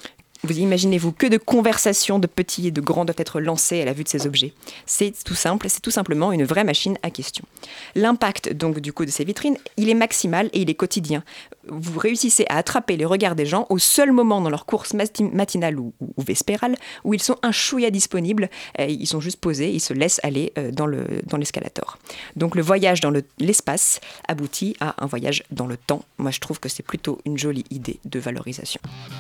Speaker 6: imaginez-vous que de conversations de petits et de grands doivent être lancées à la vue de ces objets. C'est tout simplement une vraie machine à questions. L'impact donc du coup de ces vitrines, il est maximal et il est quotidien. Vous réussissez à attraper les regards des gens au seul moment dans leur course matinale ou vespérale où ils sont un chouïa disponibles, ils sont juste posés, ils se laissent aller dans l'escalator. Donc le voyage dans l'espace aboutit à un voyage dans le temps. Moi je trouve que c'est plutôt une jolie idée de valorisation.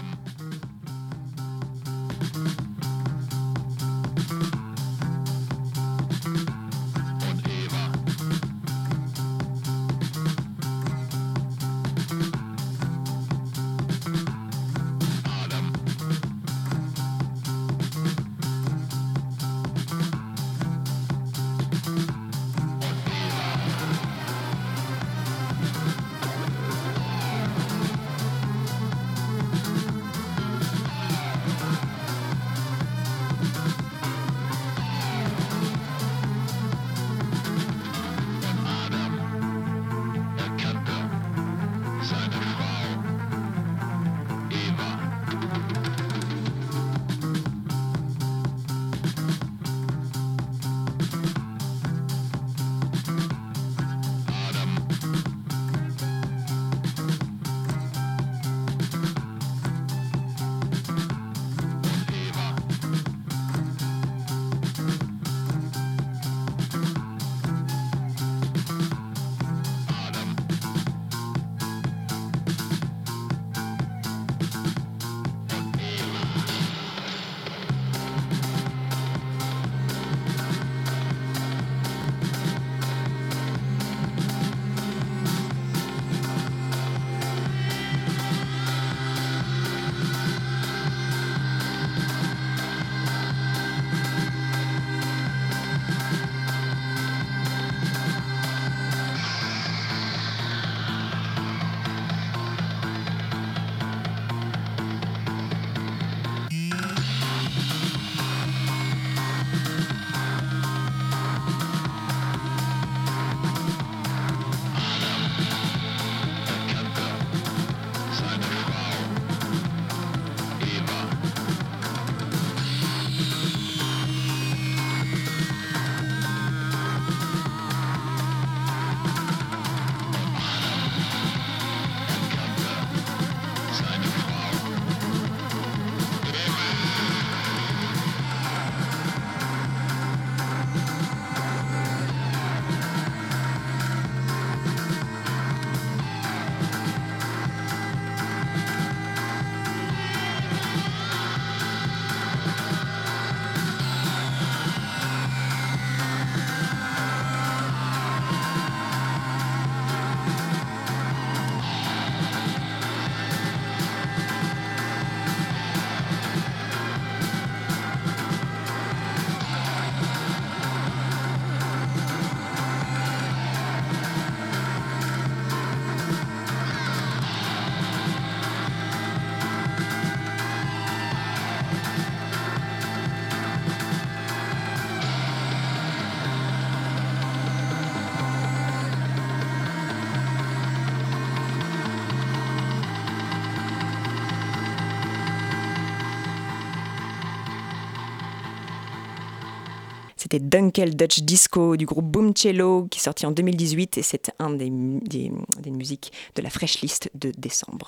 Speaker 6: C'était Dunkel Dutch Disco du groupe Boom Cello qui est sorti en 2018 et c'est un des musiques de la Fresh List de décembre.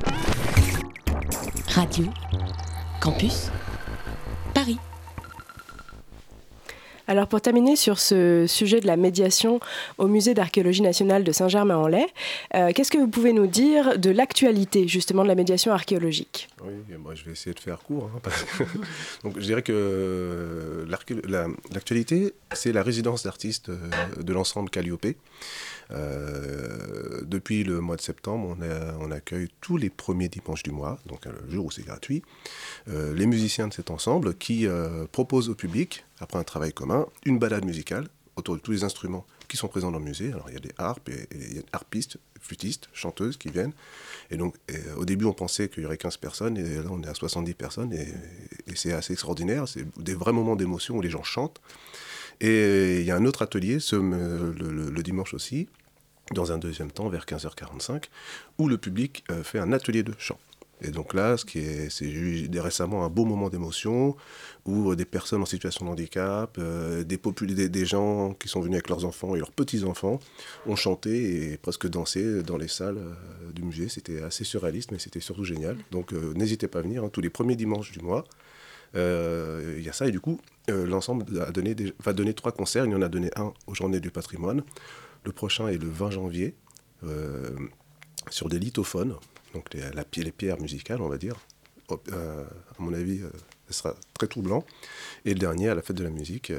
Speaker 17: Radio Campus Paris.
Speaker 9: Alors pour terminer sur ce sujet de la médiation au Musée d'archéologie nationale de Saint-Germain-en-Laye, qu'est-ce que vous pouvez nous dire de l'actualité justement de la médiation archéologique ?
Speaker 18: Oui, moi je vais essayer de faire court. Donc je dirais que l'actualité, c'est la résidence d'artistes de l'ensemble Calliope. Depuis le mois de septembre, on accueille tous les premiers dimanches du mois, donc le jour où c'est gratuit, les musiciens de cet ensemble qui proposent au public, après un travail commun, une balade musicale autour de tous les instruments qui sont présents dans le musée. Alors il y a des harpes, et il y a harpistes, flûtistes, chanteuses qui viennent. Et donc au début on pensait qu'il y aurait 15 personnes, et là on est à 70 personnes, et c'est assez extraordinaire, c'est des vrais moments d'émotion où les gens chantent. Et il y a un autre atelier, le dimanche aussi, dans un deuxième temps, vers 15h45, où le public fait un atelier de chant. Et donc là, c'est eu récemment un beau moment d'émotion où des personnes en situation de handicap, des gens qui sont venus avec leurs enfants et leurs petits-enfants ont chanté et presque dansé dans les salles du musée. C'était assez surréaliste, mais c'était surtout génial. Donc n'hésitez pas à venir, tous les premiers dimanches du mois. Il y a ça, et du coup, l'ensemble va donner 3 concerts. Il y en a donné un aux Journées du patrimoine. Le prochain est le 20 janvier, sur des lithophones. Donc les pierres musicales, on va dire. À mon avis, ce sera très troublant. Et le dernier, à la fête de la musique,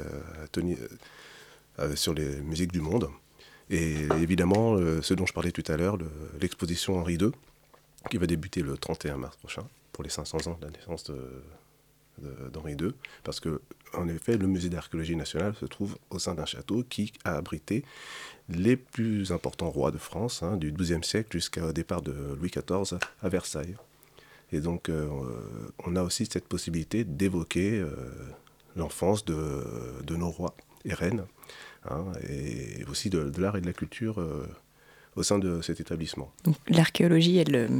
Speaker 18: sur les musiques du monde. Et évidemment, ce dont je parlais tout à l'heure, l'exposition Henri II, qui va débuter le 31 mars prochain, pour les 500 ans de la naissance d'Henri II. Parce que, en effet, le musée d'archéologie nationale se trouve au sein d'un château qui a abrité les plus importants rois de France, du XIIe siècle jusqu'au départ de Louis XIV à Versailles. Et donc, on a aussi cette possibilité d'évoquer l'enfance de nos rois et reines, et aussi de l'art et de la culture au sein de cet établissement.
Speaker 6: Donc, l'archéologie,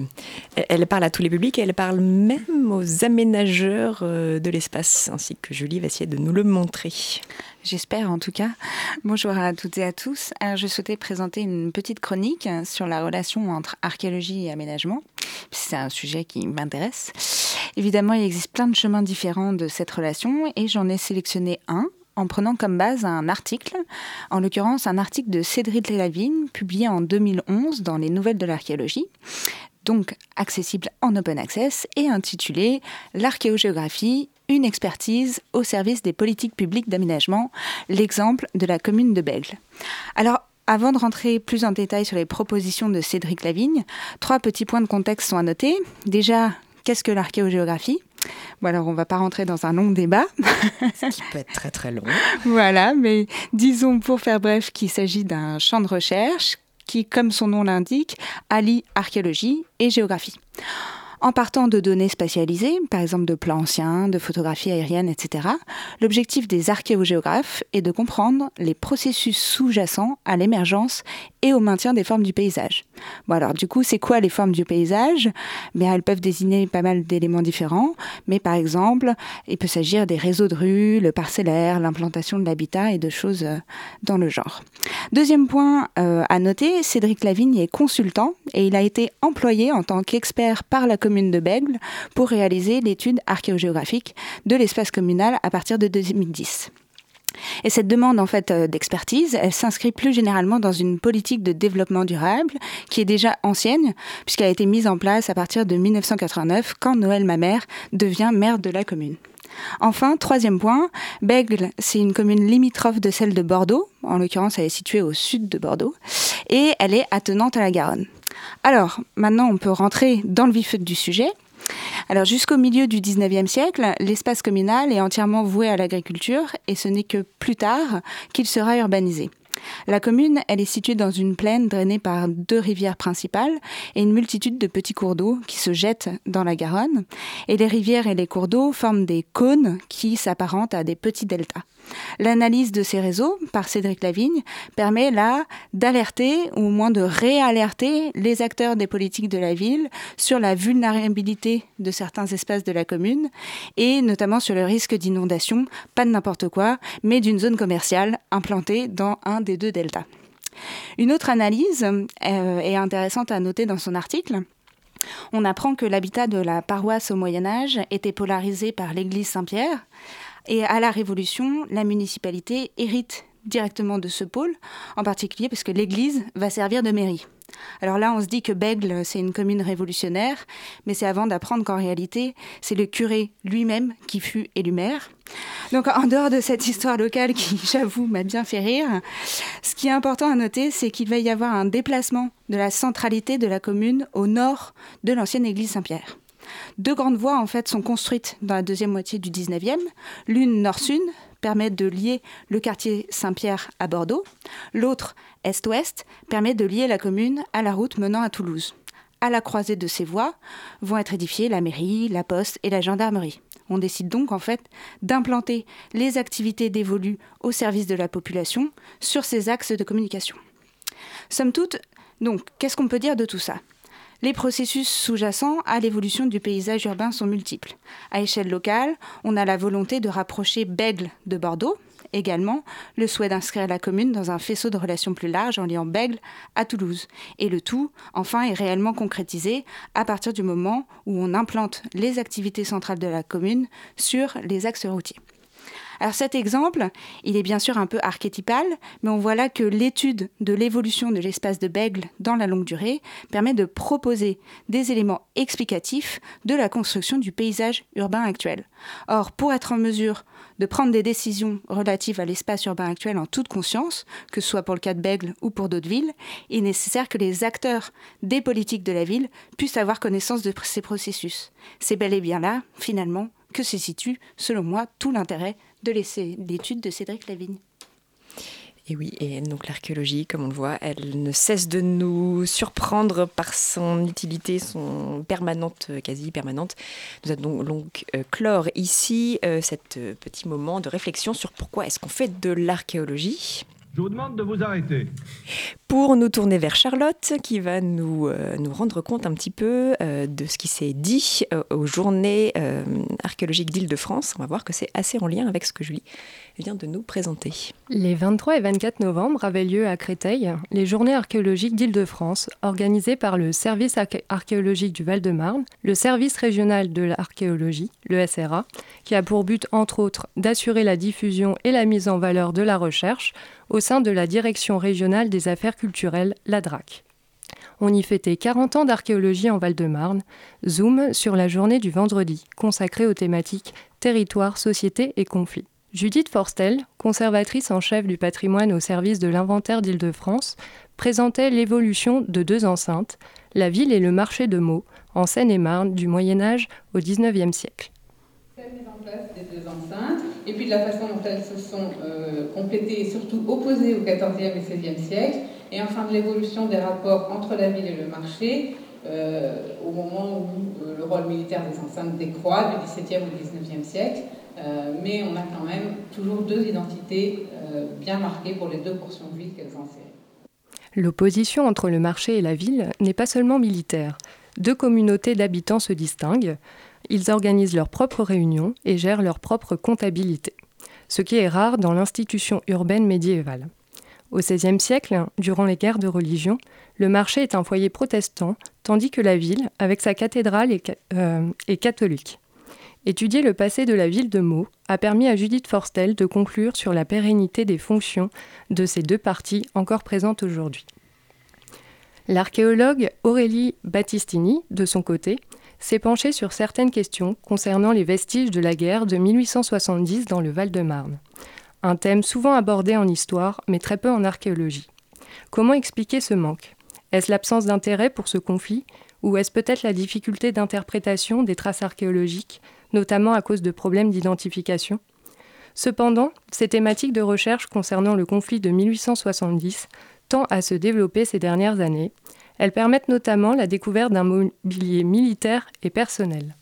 Speaker 6: elle parle à tous les publics et elle parle même aux aménageurs de l'espace, ainsi que Julie va essayer de nous le montrer.
Speaker 7: J'espère en tout cas. Bonjour à toutes et à tous. Alors, je souhaitais présenter une petite chronique sur la relation entre archéologie et aménagement. C'est un sujet qui m'intéresse. Évidemment, il existe plein de chemins différents de cette relation et j'en ai sélectionné un en prenant comme base un article, en l'occurrence un article de Cédric Lavigne, publié en 2011 dans les Nouvelles de l'archéologie, donc accessible en open access et intitulé « L'archéogéographie, une expertise au service des politiques publiques d'aménagement, l'exemple de la commune de Bègles ». Alors, avant de rentrer plus en détail sur les propositions de Cédric Lavigne, 3 petits points de contexte sont à noter. Déjà, qu'est-ce que l'archéogéographie ? Bon, alors on ne va pas rentrer dans un long débat.
Speaker 6: Ce qui peut être très très long.
Speaker 7: Voilà, mais disons pour faire bref qu'il s'agit d'un champ de recherche qui, comme son nom l'indique, allie archéologie et géographie. En partant de données spatialisées, par exemple de plans anciens, de photographies aériennes, etc., l'objectif des archéogéographes est de comprendre les processus sous-jacents à l'émergence et au maintien des formes du paysage. Bon alors du coup, c'est quoi les formes du paysage ? Elles peuvent désigner pas mal d'éléments différents, mais par exemple, il peut s'agir des réseaux de rues, le parcellaire, l'implantation de l'habitat et de choses dans le genre. Deuxième point à noter, Cédric Lavigne est consultant et il a été employé en tant qu'expert par la commune de Bègles pour réaliser l'étude archéogéographique de l'espace communal à partir de 2010. Et cette demande en fait d'expertise, elle s'inscrit plus généralement dans une politique de développement durable qui est déjà ancienne puisqu'elle a été mise en place à partir de 1989 quand Noël Mamère devient maire de la commune. Enfin, 3e point, Bègles, c'est une commune limitrophe de celle de Bordeaux, en l'occurrence elle est située au sud de Bordeaux, et elle est attenante à la Garonne. Alors, maintenant on peut rentrer dans le vif du sujet. Alors jusqu'au milieu du 19e siècle, l'espace communal est entièrement voué à l'agriculture et ce n'est que plus tard qu'il sera urbanisé. La commune, elle est située dans une plaine drainée par 2 rivières principales et une multitude de petits cours d'eau qui se jettent dans la Garonne. Et les rivières et les cours d'eau forment des cônes qui s'apparentent à des petits deltas. L'analyse de ces réseaux par Cédric Lavigne permet là d'alerter ou au moins de réalerter les acteurs des politiques de la ville sur la vulnérabilité de certains espaces de la commune et notamment sur le risque d'inondation, pas de n'importe quoi, mais d'une zone commerciale implantée dans un des 2 deltas. Une autre analyse est intéressante à noter dans son article. On apprend que l'habitat de la paroisse au Moyen-Âge était polarisé par l'église Saint-Pierre. Et à la Révolution, la municipalité hérite directement de ce pôle, en particulier parce que l'église va servir de mairie. Alors là, on se dit que Bègles, c'est une commune révolutionnaire, mais c'est avant d'apprendre qu'en réalité, c'est le curé lui-même qui fut élu maire. Donc en dehors de cette histoire locale qui, j'avoue, m'a bien fait rire, ce qui est important à noter, c'est qu'il va y avoir un déplacement de la centralité de la commune au nord de l'ancienne église Saint-Pierre. 2 grandes voies en fait sont construites dans la 2e moitié du 19e. L'une nord-sud permet de lier le quartier Saint-Pierre à Bordeaux. L'autre est-ouest permet de lier la commune à la route menant à Toulouse. À la croisée de ces voies vont être édifiées la mairie, la poste et la gendarmerie. On décide donc en fait d'implanter les activités dévolues au service de la population sur ces axes de communication. Somme toute, donc, qu'est-ce qu'on peut dire de tout ça ? Les processus sous-jacents à l'évolution du paysage urbain sont multiples. À échelle locale, on a la volonté de rapprocher Bègles de Bordeaux, également le souhait d'inscrire la commune dans un faisceau de relations plus large en liant Bègles à Toulouse. Et le tout, enfin, est réellement concrétisé à partir du moment où on implante les activités centrales de la commune sur les axes routiers. Alors cet exemple, il est bien sûr un peu archétypal, mais on voit là que l'étude de l'évolution de l'espace de Bègles dans la longue durée permet de proposer des éléments explicatifs de la construction du paysage urbain actuel. Or, pour être en mesure de prendre des décisions relatives à l'espace urbain actuel en toute conscience, que ce soit pour le cas de Bègles ou pour d'autres villes, il est nécessaire que les acteurs des politiques de la ville puissent avoir connaissance de ces processus. C'est bel et bien là, finalement, que se situe, selon moi, tout l'intérêt de l'étude de Cédric Lavigne.
Speaker 6: Et oui, et donc l'archéologie, comme on le voit, elle ne cesse de nous surprendre par son utilité, son permanente, quasi permanente. Nous allons donc clore ici cet petit moment de réflexion sur pourquoi est-ce qu'on fait de l'archéologie.
Speaker 20: Je vous demande de vous arrêter.
Speaker 6: Pour nous tourner vers Charlotte, qui va nous rendre compte un petit peu de ce qui s'est dit aux journées archéologiques d'Île-de-France. On va voir que c'est assez en lien avec ce que Julie vient de nous présenter.
Speaker 10: Les 23 et 24 novembre avaient lieu à Créteil les journées archéologiques d'Île-de-France, organisées par le service archéologique du Val-de-Marne, le service régional de l'archéologie, le SRA, qui a pour but, entre autres, d'assurer la diffusion et la mise en valeur de la recherche au sein de la Direction régionale des affaires culturelles, la DRAC. On y fêtait 40 ans d'archéologie en Val-de-Marne, zoom sur la journée du vendredi, consacrée aux thématiques territoire, société et conflit. Judith Forstel, conservatrice en chef du patrimoine au service de l'inventaire d'Île-de-France, présentait l'évolution de 2 enceintes, la ville et le marché de Meaux, en Seine-et-Marne, du Moyen-Âge au XIXe siècle.
Speaker 21: La mise en place des 2 enceintes, et puis de la façon dont elles se sont complétées et surtout opposées au XIVe et XVIe siècle, et enfin de l'évolution des rapports entre la ville et le marché, au moment où le rôle militaire des enceintes décroît du XVIIe au XIXe siècle, mais on a quand même toujours 2 identités bien marquées pour les 2 portions de ville qu'elles enseignent.
Speaker 10: L'opposition entre le marché et la ville n'est pas seulement militaire. 2 communautés d'habitants se distinguent. Ils organisent leurs propres réunions et gèrent leur propre comptabilité, ce qui est rare dans l'institution urbaine médiévale. Au XVIe siècle, durant les guerres de religion, le marché est un foyer protestant, tandis que la ville, avec sa cathédrale, est catholique. Étudier le passé de la ville de Meaux a permis à Judith Forstel de conclure sur la pérennité des fonctions de ces 2 parties encore présentes aujourd'hui. L'archéologue Aurélie Battistini, de son côté, s'est penchée sur certaines questions concernant les vestiges de la guerre de 1870 dans le Val-de-Marne. Un thème souvent abordé en histoire, mais très peu en archéologie. Comment expliquer ce manque ? Est-ce l'absence d'intérêt pour ce conflit, ou est-ce peut-être la difficulté d'interprétation des traces archéologiques, notamment à cause de problèmes d'identification ? Cependant, ces thématiques de recherche concernant le conflit de 1870 tendent à se développer ces dernières années. Elles permettent notamment la découverte d'un mobilier militaire et personnel.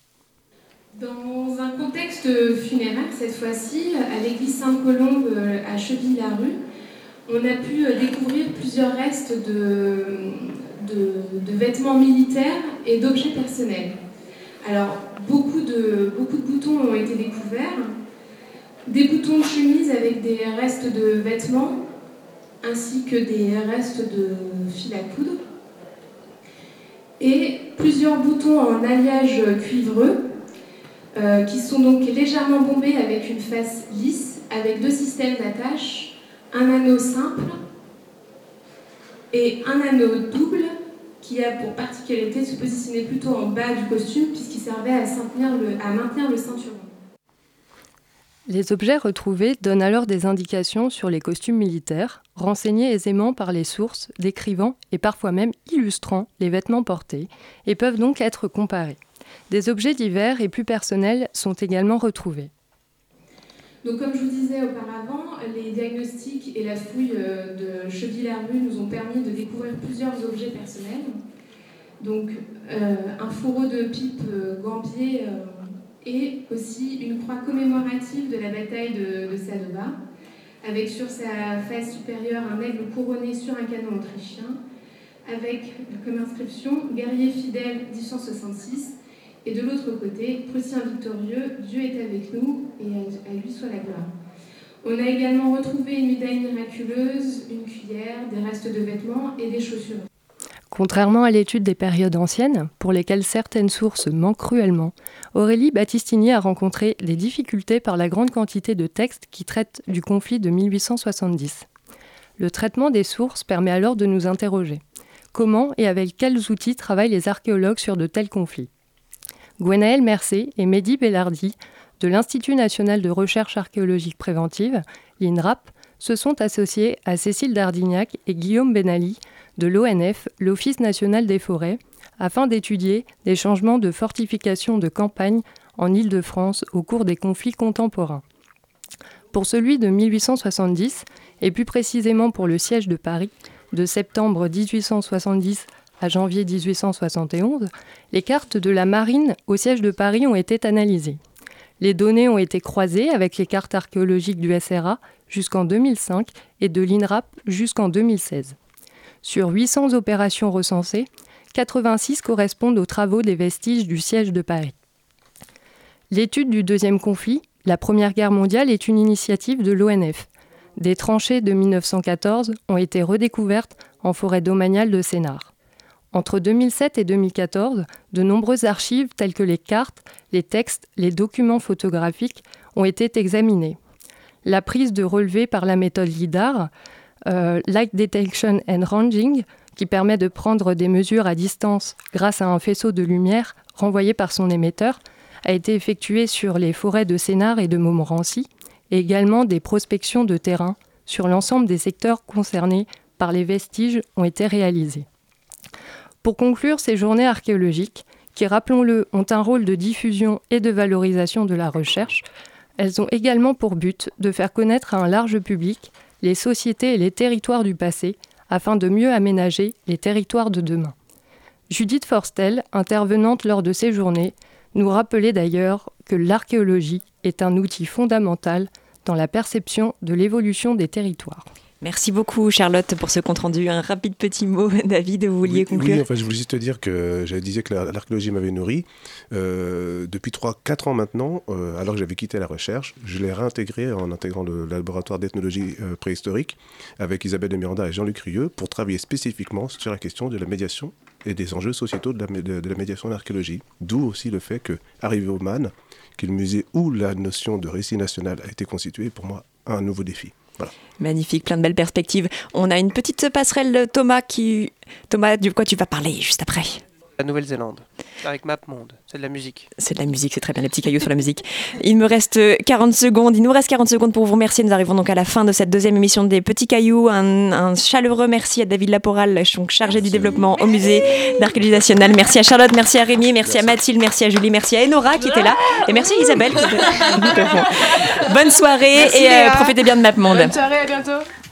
Speaker 22: Dans un contexte funéraire, cette fois-ci, à l'église Sainte-Colombe à Cheville-la-Rue, on a pu découvrir plusieurs restes de vêtements militaires et d'objets personnels. Alors, beaucoup de boutons ont été découverts, des boutons de chemise avec des restes de vêtements, ainsi que des restes de fil à coudre, et plusieurs boutons en alliage cuivreux, qui sont donc légèrement bombés avec une face lisse, avec 2 systèmes d'attache, un anneau simple et un anneau double, qui a pour particularité de se positionner plutôt en bas du costume, puisqu'il servait à maintenir le ceinturon.
Speaker 10: Les objets retrouvés donnent alors des indications sur les costumes militaires, renseignés aisément par les sources, décrivant et parfois même illustrant les vêtements portés, et peuvent donc être comparés. Des objets divers et plus personnels sont également retrouvés.
Speaker 22: Donc, comme je vous disais auparavant, les diagnostics et la fouille de Cheville-la-Rue nous ont permis de découvrir plusieurs objets personnels. Donc, un fourreau de pipe Gambier et aussi une croix commémorative de la bataille de Sadowa, avec sur sa face supérieure un aigle couronné sur un canon autrichien, avec comme inscription « Guerrier fidèle 1066 » et de l'autre côté « Prussien victorieux, Dieu est avec nous et à lui soit la gloire ». On a également retrouvé une médaille miraculeuse, une cuillère, des restes de vêtements et des chaussures.
Speaker 10: Contrairement à l'étude des périodes anciennes, pour lesquelles certaines sources manquent cruellement, Aurélie Battistini a rencontré des difficultés par la grande quantité de textes qui traitent du conflit de 1870. Le traitement des sources permet alors de nous interroger. Comment et avec quels outils travaillent les archéologues sur de tels conflits ? Gwenaëlle Mercé et Mehdi Bellardi, de l'Institut national de recherche archéologique préventive, l'INRAP, se sont associés à Cécile Dardignac et Guillaume Benali de l'ONF, l'Office national des forêts, afin d'étudier les changements de fortification de campagne en Île-de-France au cours des conflits contemporains. Pour celui de 1870, et plus précisément pour le siège de Paris, de septembre 1870 à janvier 1871, les cartes de la marine au siège de Paris ont été analysées. Les données ont été croisées avec les cartes archéologiques du SRA jusqu'en 2005 et de l'INRAP jusqu'en 2016. Sur 800 opérations recensées, 86 correspondent aux travaux des vestiges du siège de Paris. L'étude du deuxième conflit, la Première Guerre mondiale, est une initiative de l'ONF. Des tranchées de 1914 ont été redécouvertes en forêt domaniale de Sénart. Entre 2007 et 2014, de nombreuses archives telles que les cartes, les textes, les documents photographiques ont été examinés. La prise de relevé par la méthode LIDAR, Light Detection and Ranging, qui permet de prendre des mesures à distance grâce à un faisceau de lumière renvoyé par son émetteur, a été effectuée sur les forêts de Sénart et de Montmorency, et également des prospections de terrain sur l'ensemble des secteurs concernés par les vestiges ont été réalisées. Pour conclure ces journées archéologiques, qui, rappelons-le, ont un rôle de diffusion et de valorisation de la recherche, elles ont également pour but de faire connaître à un large public les sociétés et les territoires du passé, afin de mieux aménager les territoires de demain. Judith Forstel, intervenante lors de ces journées, nous rappelait d'ailleurs que l'archéologie est un outil fondamental dans la perception de l'évolution des territoires.
Speaker 6: Merci beaucoup Charlotte pour ce compte-rendu. Un rapide petit mot, David, vous vouliez conclure ?
Speaker 18: Oui, enfin, je voulais juste te dire que je disais que l'archéologie m'avait nourri. Depuis 3-4 ans maintenant, alors que j'avais quitté la recherche, je l'ai réintégré en intégrant le laboratoire d'ethnologie préhistorique avec Isabelle de Miranda et Jean-Luc Rieux pour travailler spécifiquement sur la question de la médiation et des enjeux sociétaux de la médiation en archéologie. D'où aussi le fait qu'arriver au MAN, qui est le musée où la notion de récit national a été constituée, est pour moi un nouveau défi. Voilà.
Speaker 6: Magnifique, plein de belles perspectives. On a une petite passerelle, Thomas, de quoi tu vas parler juste après ?
Speaker 2: La Nouvelle-Zélande, avec MapMonde, c'est de la musique.
Speaker 6: C'est de la musique, c'est très bien, les petits cailloux sur la musique. Il nous reste 40 secondes pour vous remercier. Nous arrivons donc à la fin de cette deuxième émission des Petits Cailloux. Un chaleureux merci à David Laporal, chargé du développement au musée d'archéologie nationale. Merci à Charlotte, merci à Rémi, merci à Mathilde, merci à Julie, merci à Enora qui était là. Et merci à Isabelle. Bonne soirée merci et profitez bien de MapMonde.
Speaker 9: Bonne soirée, à bientôt.